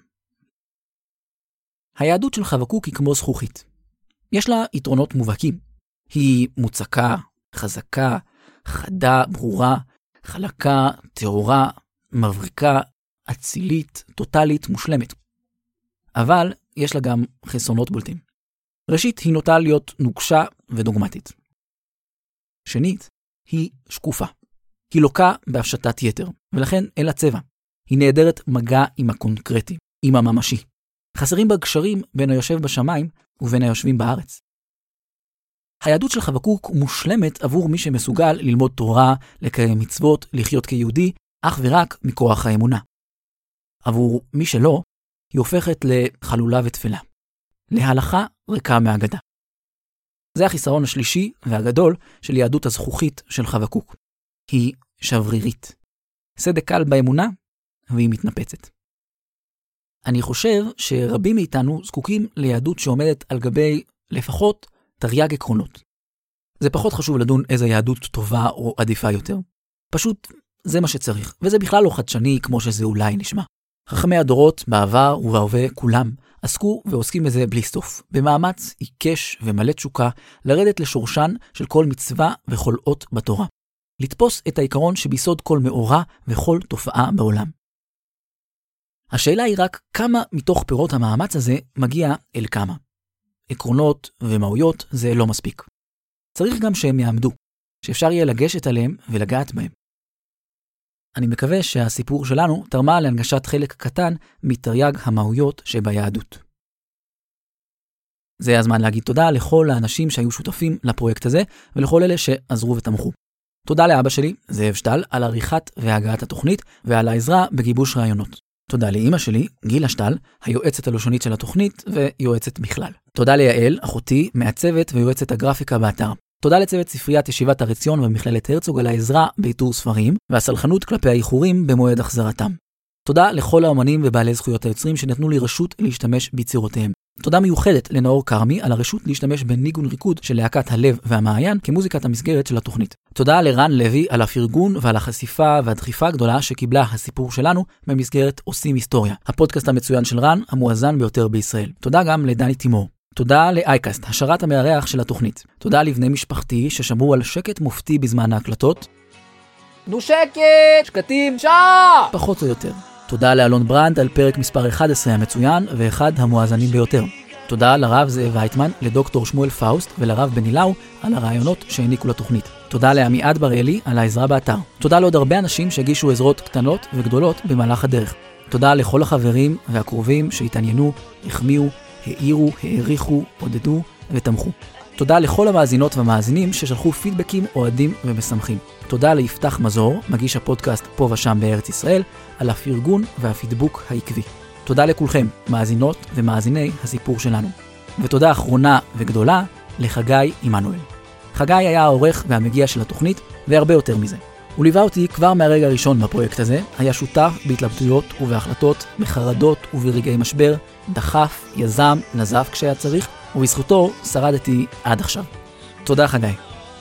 A: היהדות של חבקוק היא כמו זכוכית. יש לה יתרונות מובהקים. היא מוצקה, חזקה, חדה, ברורה, חלקה, טהורה, מבריקה, אצילית, טוטלית, מושלמת. אבל יש לה גם חסרונות בולטים. ראשית, היא נוטה להיות נוקשה ודוגמטית. שנית, היא שקופה. היא לוקה בהפשטת יתר, ולכן אין לה צבע. היא נעדרת מגע עם הקונקרטי, עם הממשי. חסרים בה גשרים בין היושב בשמיים ובין היושבים בארץ. היהדות של חבקוק מושלמת עבור מי שמסוגל ללמוד תורה, לקיים מצוות, לחיות כיהודי, אך ורק מכוח האמונה. עבור מי שלא, היא הופכת לחלולה ותפלה. להלכה ריקה מהאגדה. זה החיסרון השלישי והגדול של יהדות הזכוכית של חבקוק. היא שברירית. סדק קל באמונה והיא מתנפצת. אני חושב שרבים מאיתנו זקוקים ליהדות שעומדת על גבי לפחות תרי"ג עקרונות. זה פחות חשוב לדון איזה יהדות טובה או עדיפה יותר. פשוט זה מה שצריך, וזה בכלל לא חדשני כמו שזה אולי נשמע. חכמי הדורות בעבר ובהווה כולם עסקו ועוסקים בזה בלי סוף, במאמץ עיקש ומלא תשוקה לרדת לשורשן של כל מצווה וכל אות בתורה. לתפוס את העיקרון שביסוד כל מאורע וכל תופעה בעולם. השאלה היא רק כמה מתוך פירות המאמץ הזה מגיע אל כמה. עקרונות ומהויות זה לא מספיק. צריך גם שהם יעמדו, שאפשר יהיה לגשת עליהם ולגעת בהם. אני מקווה שהסיפור שלנו תרמה להנגשת חלק קטן מתרי"ג המהויות שביהדות. זה הזמן להגיד תודה לכל האנשים שהיו שותפים לפרויקט הזה, ולכל אלה שעזרו ותמכו. תודה לאבא שלי, זאב שטל, על עריכת והגעת התוכנית, ועל העזרה בגיבוש רעיונות. תודה לאמא שלי, גילה שטל, היועצת הלשונית של התוכנית ויועצת בכלל. תודה ליעל, אחותי, מעצבת ויועצת הגרפיקה באתר. תודה לצוות ספריית ישיבת הר עציון ומכללת הרצוג על העזרה באיתור ספרים והסלחנות כלפי האיחורים במועד החזרתם. תודה לכל האמנים ובעלי זכויות היוצרים שנתנו לי רשות להשתמש ביצירותיהם. תודה מיוחדת לנאור קרמי על הרשות להשתמש בניגון ריקוד של להקת הלב והמעיין כמוזיקת המסגרת של התוכנית. תודה לרן לוי על הפרגון ועל החשיפה והדחיפה הגדולה שקיבלה הסיפור שלנו במסגרת עושים היסטוריה, הפודקאסט המצוין של רן, המואזן ביותר בישראל. תודה גם לדני תימור. תודה לאייקאסט, השרת המארח של התוכנית. תודה לבני משפחתי ששמרו על שקט מופתי בזמן ההקלטות. נו שקט, שקטים, שעה! פחות או יותר. תודה לאלון ברנד על פרק מספר 11 המצוין ואחד המואזנים ביותר. תודה לרב זאב וייטמן, לדוקטור שמואל פאוסט ולרב בנילאו על הרעיונות שהעניקו לתוכנית. תודה לעמיעד בראלי על העזרה באתר. תודה לעוד הרבה אנשים שהגישו עזרות קטנות וגדולות במהלך הדרך. תודה לכל החברים והקרובים שהתעניינו, החמיאו, העירו, העריכו, עודדו ותמכו. תודה לכל המאזינות והמאזינים ששלחו פידבקים אוהדים ומשמחים. תודה ליפתח מזור, מגיש הפודקאסט פה ושם בארץ ישראל, על הפרגון והפידבוק העקבי. תודה לכולכם, מאזינות ומאזיני הסיפור שלנו. ותודה אחרונה וגדולה לחגי עמנואל. חגי היה העורך והמגיע של התוכנית, והרבה יותר מזה. הוא ליווה אותי כבר מהרגע הראשון בפרויקט הזה, היה שותף בהתלבטויות ובהחלטות, בחרדות וברגעי משבר, דחף, יזם, נזף כשהיה צריך, ובזכותו שרדתי עד עכשיו. תודה חגי.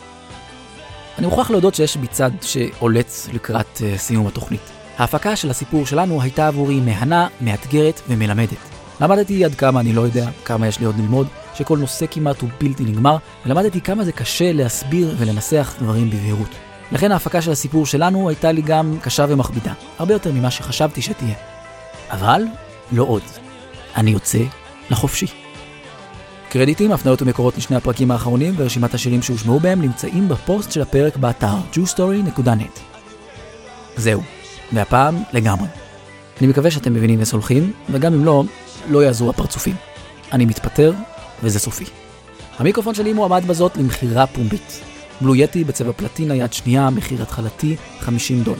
A: אני מוכרח להודות שיש בי צד שעולץ לקראת סיום התוכנית. ההפקה של הסיפור שלנו הייתה עבורי מהנה, מאתגרת ומלמדת. למדתי עד כמה אני לא יודע, כמה יש לי עוד ללמוד, שכל נושא כמעט הוא בלתי נגמר, ולמדתי כמה זה קשה להסביר ולנסח דברים בבהירות. לכן ההפקה של הסיפור שלנו הייתה לי גם קשה ומכבידה, הרבה יותר ממה שחשבתי שתהיה. אבל לא עוד. אני יוצא לחופשי. קרדיטים, הפניות ומקורות לשני הפרקים האחרונים ורשימת השירים שהושמעו בהם נמצאים בפוסט של הפרק באתר jewstory.net. זהו, והפעם לגמרי. אני מקווה שאתם מבינים וסולחים, וגם אם לא, לא יעזרו הפרצופים. אני מתפטר, וזה סופי. המיקרופון שלי מועמד בזאת למחירה פומבית. בלו יטי בצבע פלטינה יד שנייה, מחיר התחלתי $50.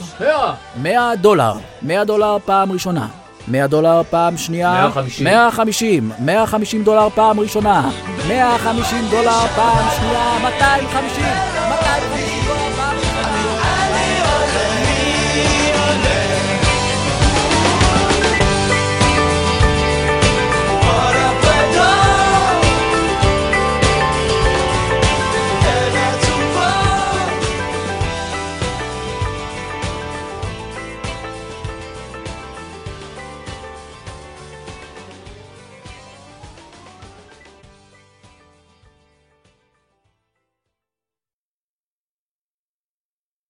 A: $100 פעם ראשונה. $100 פעם שנייה, 150 $150 פעם ראשונה, $150 פעם שנייה, $250 פעם ראשונה.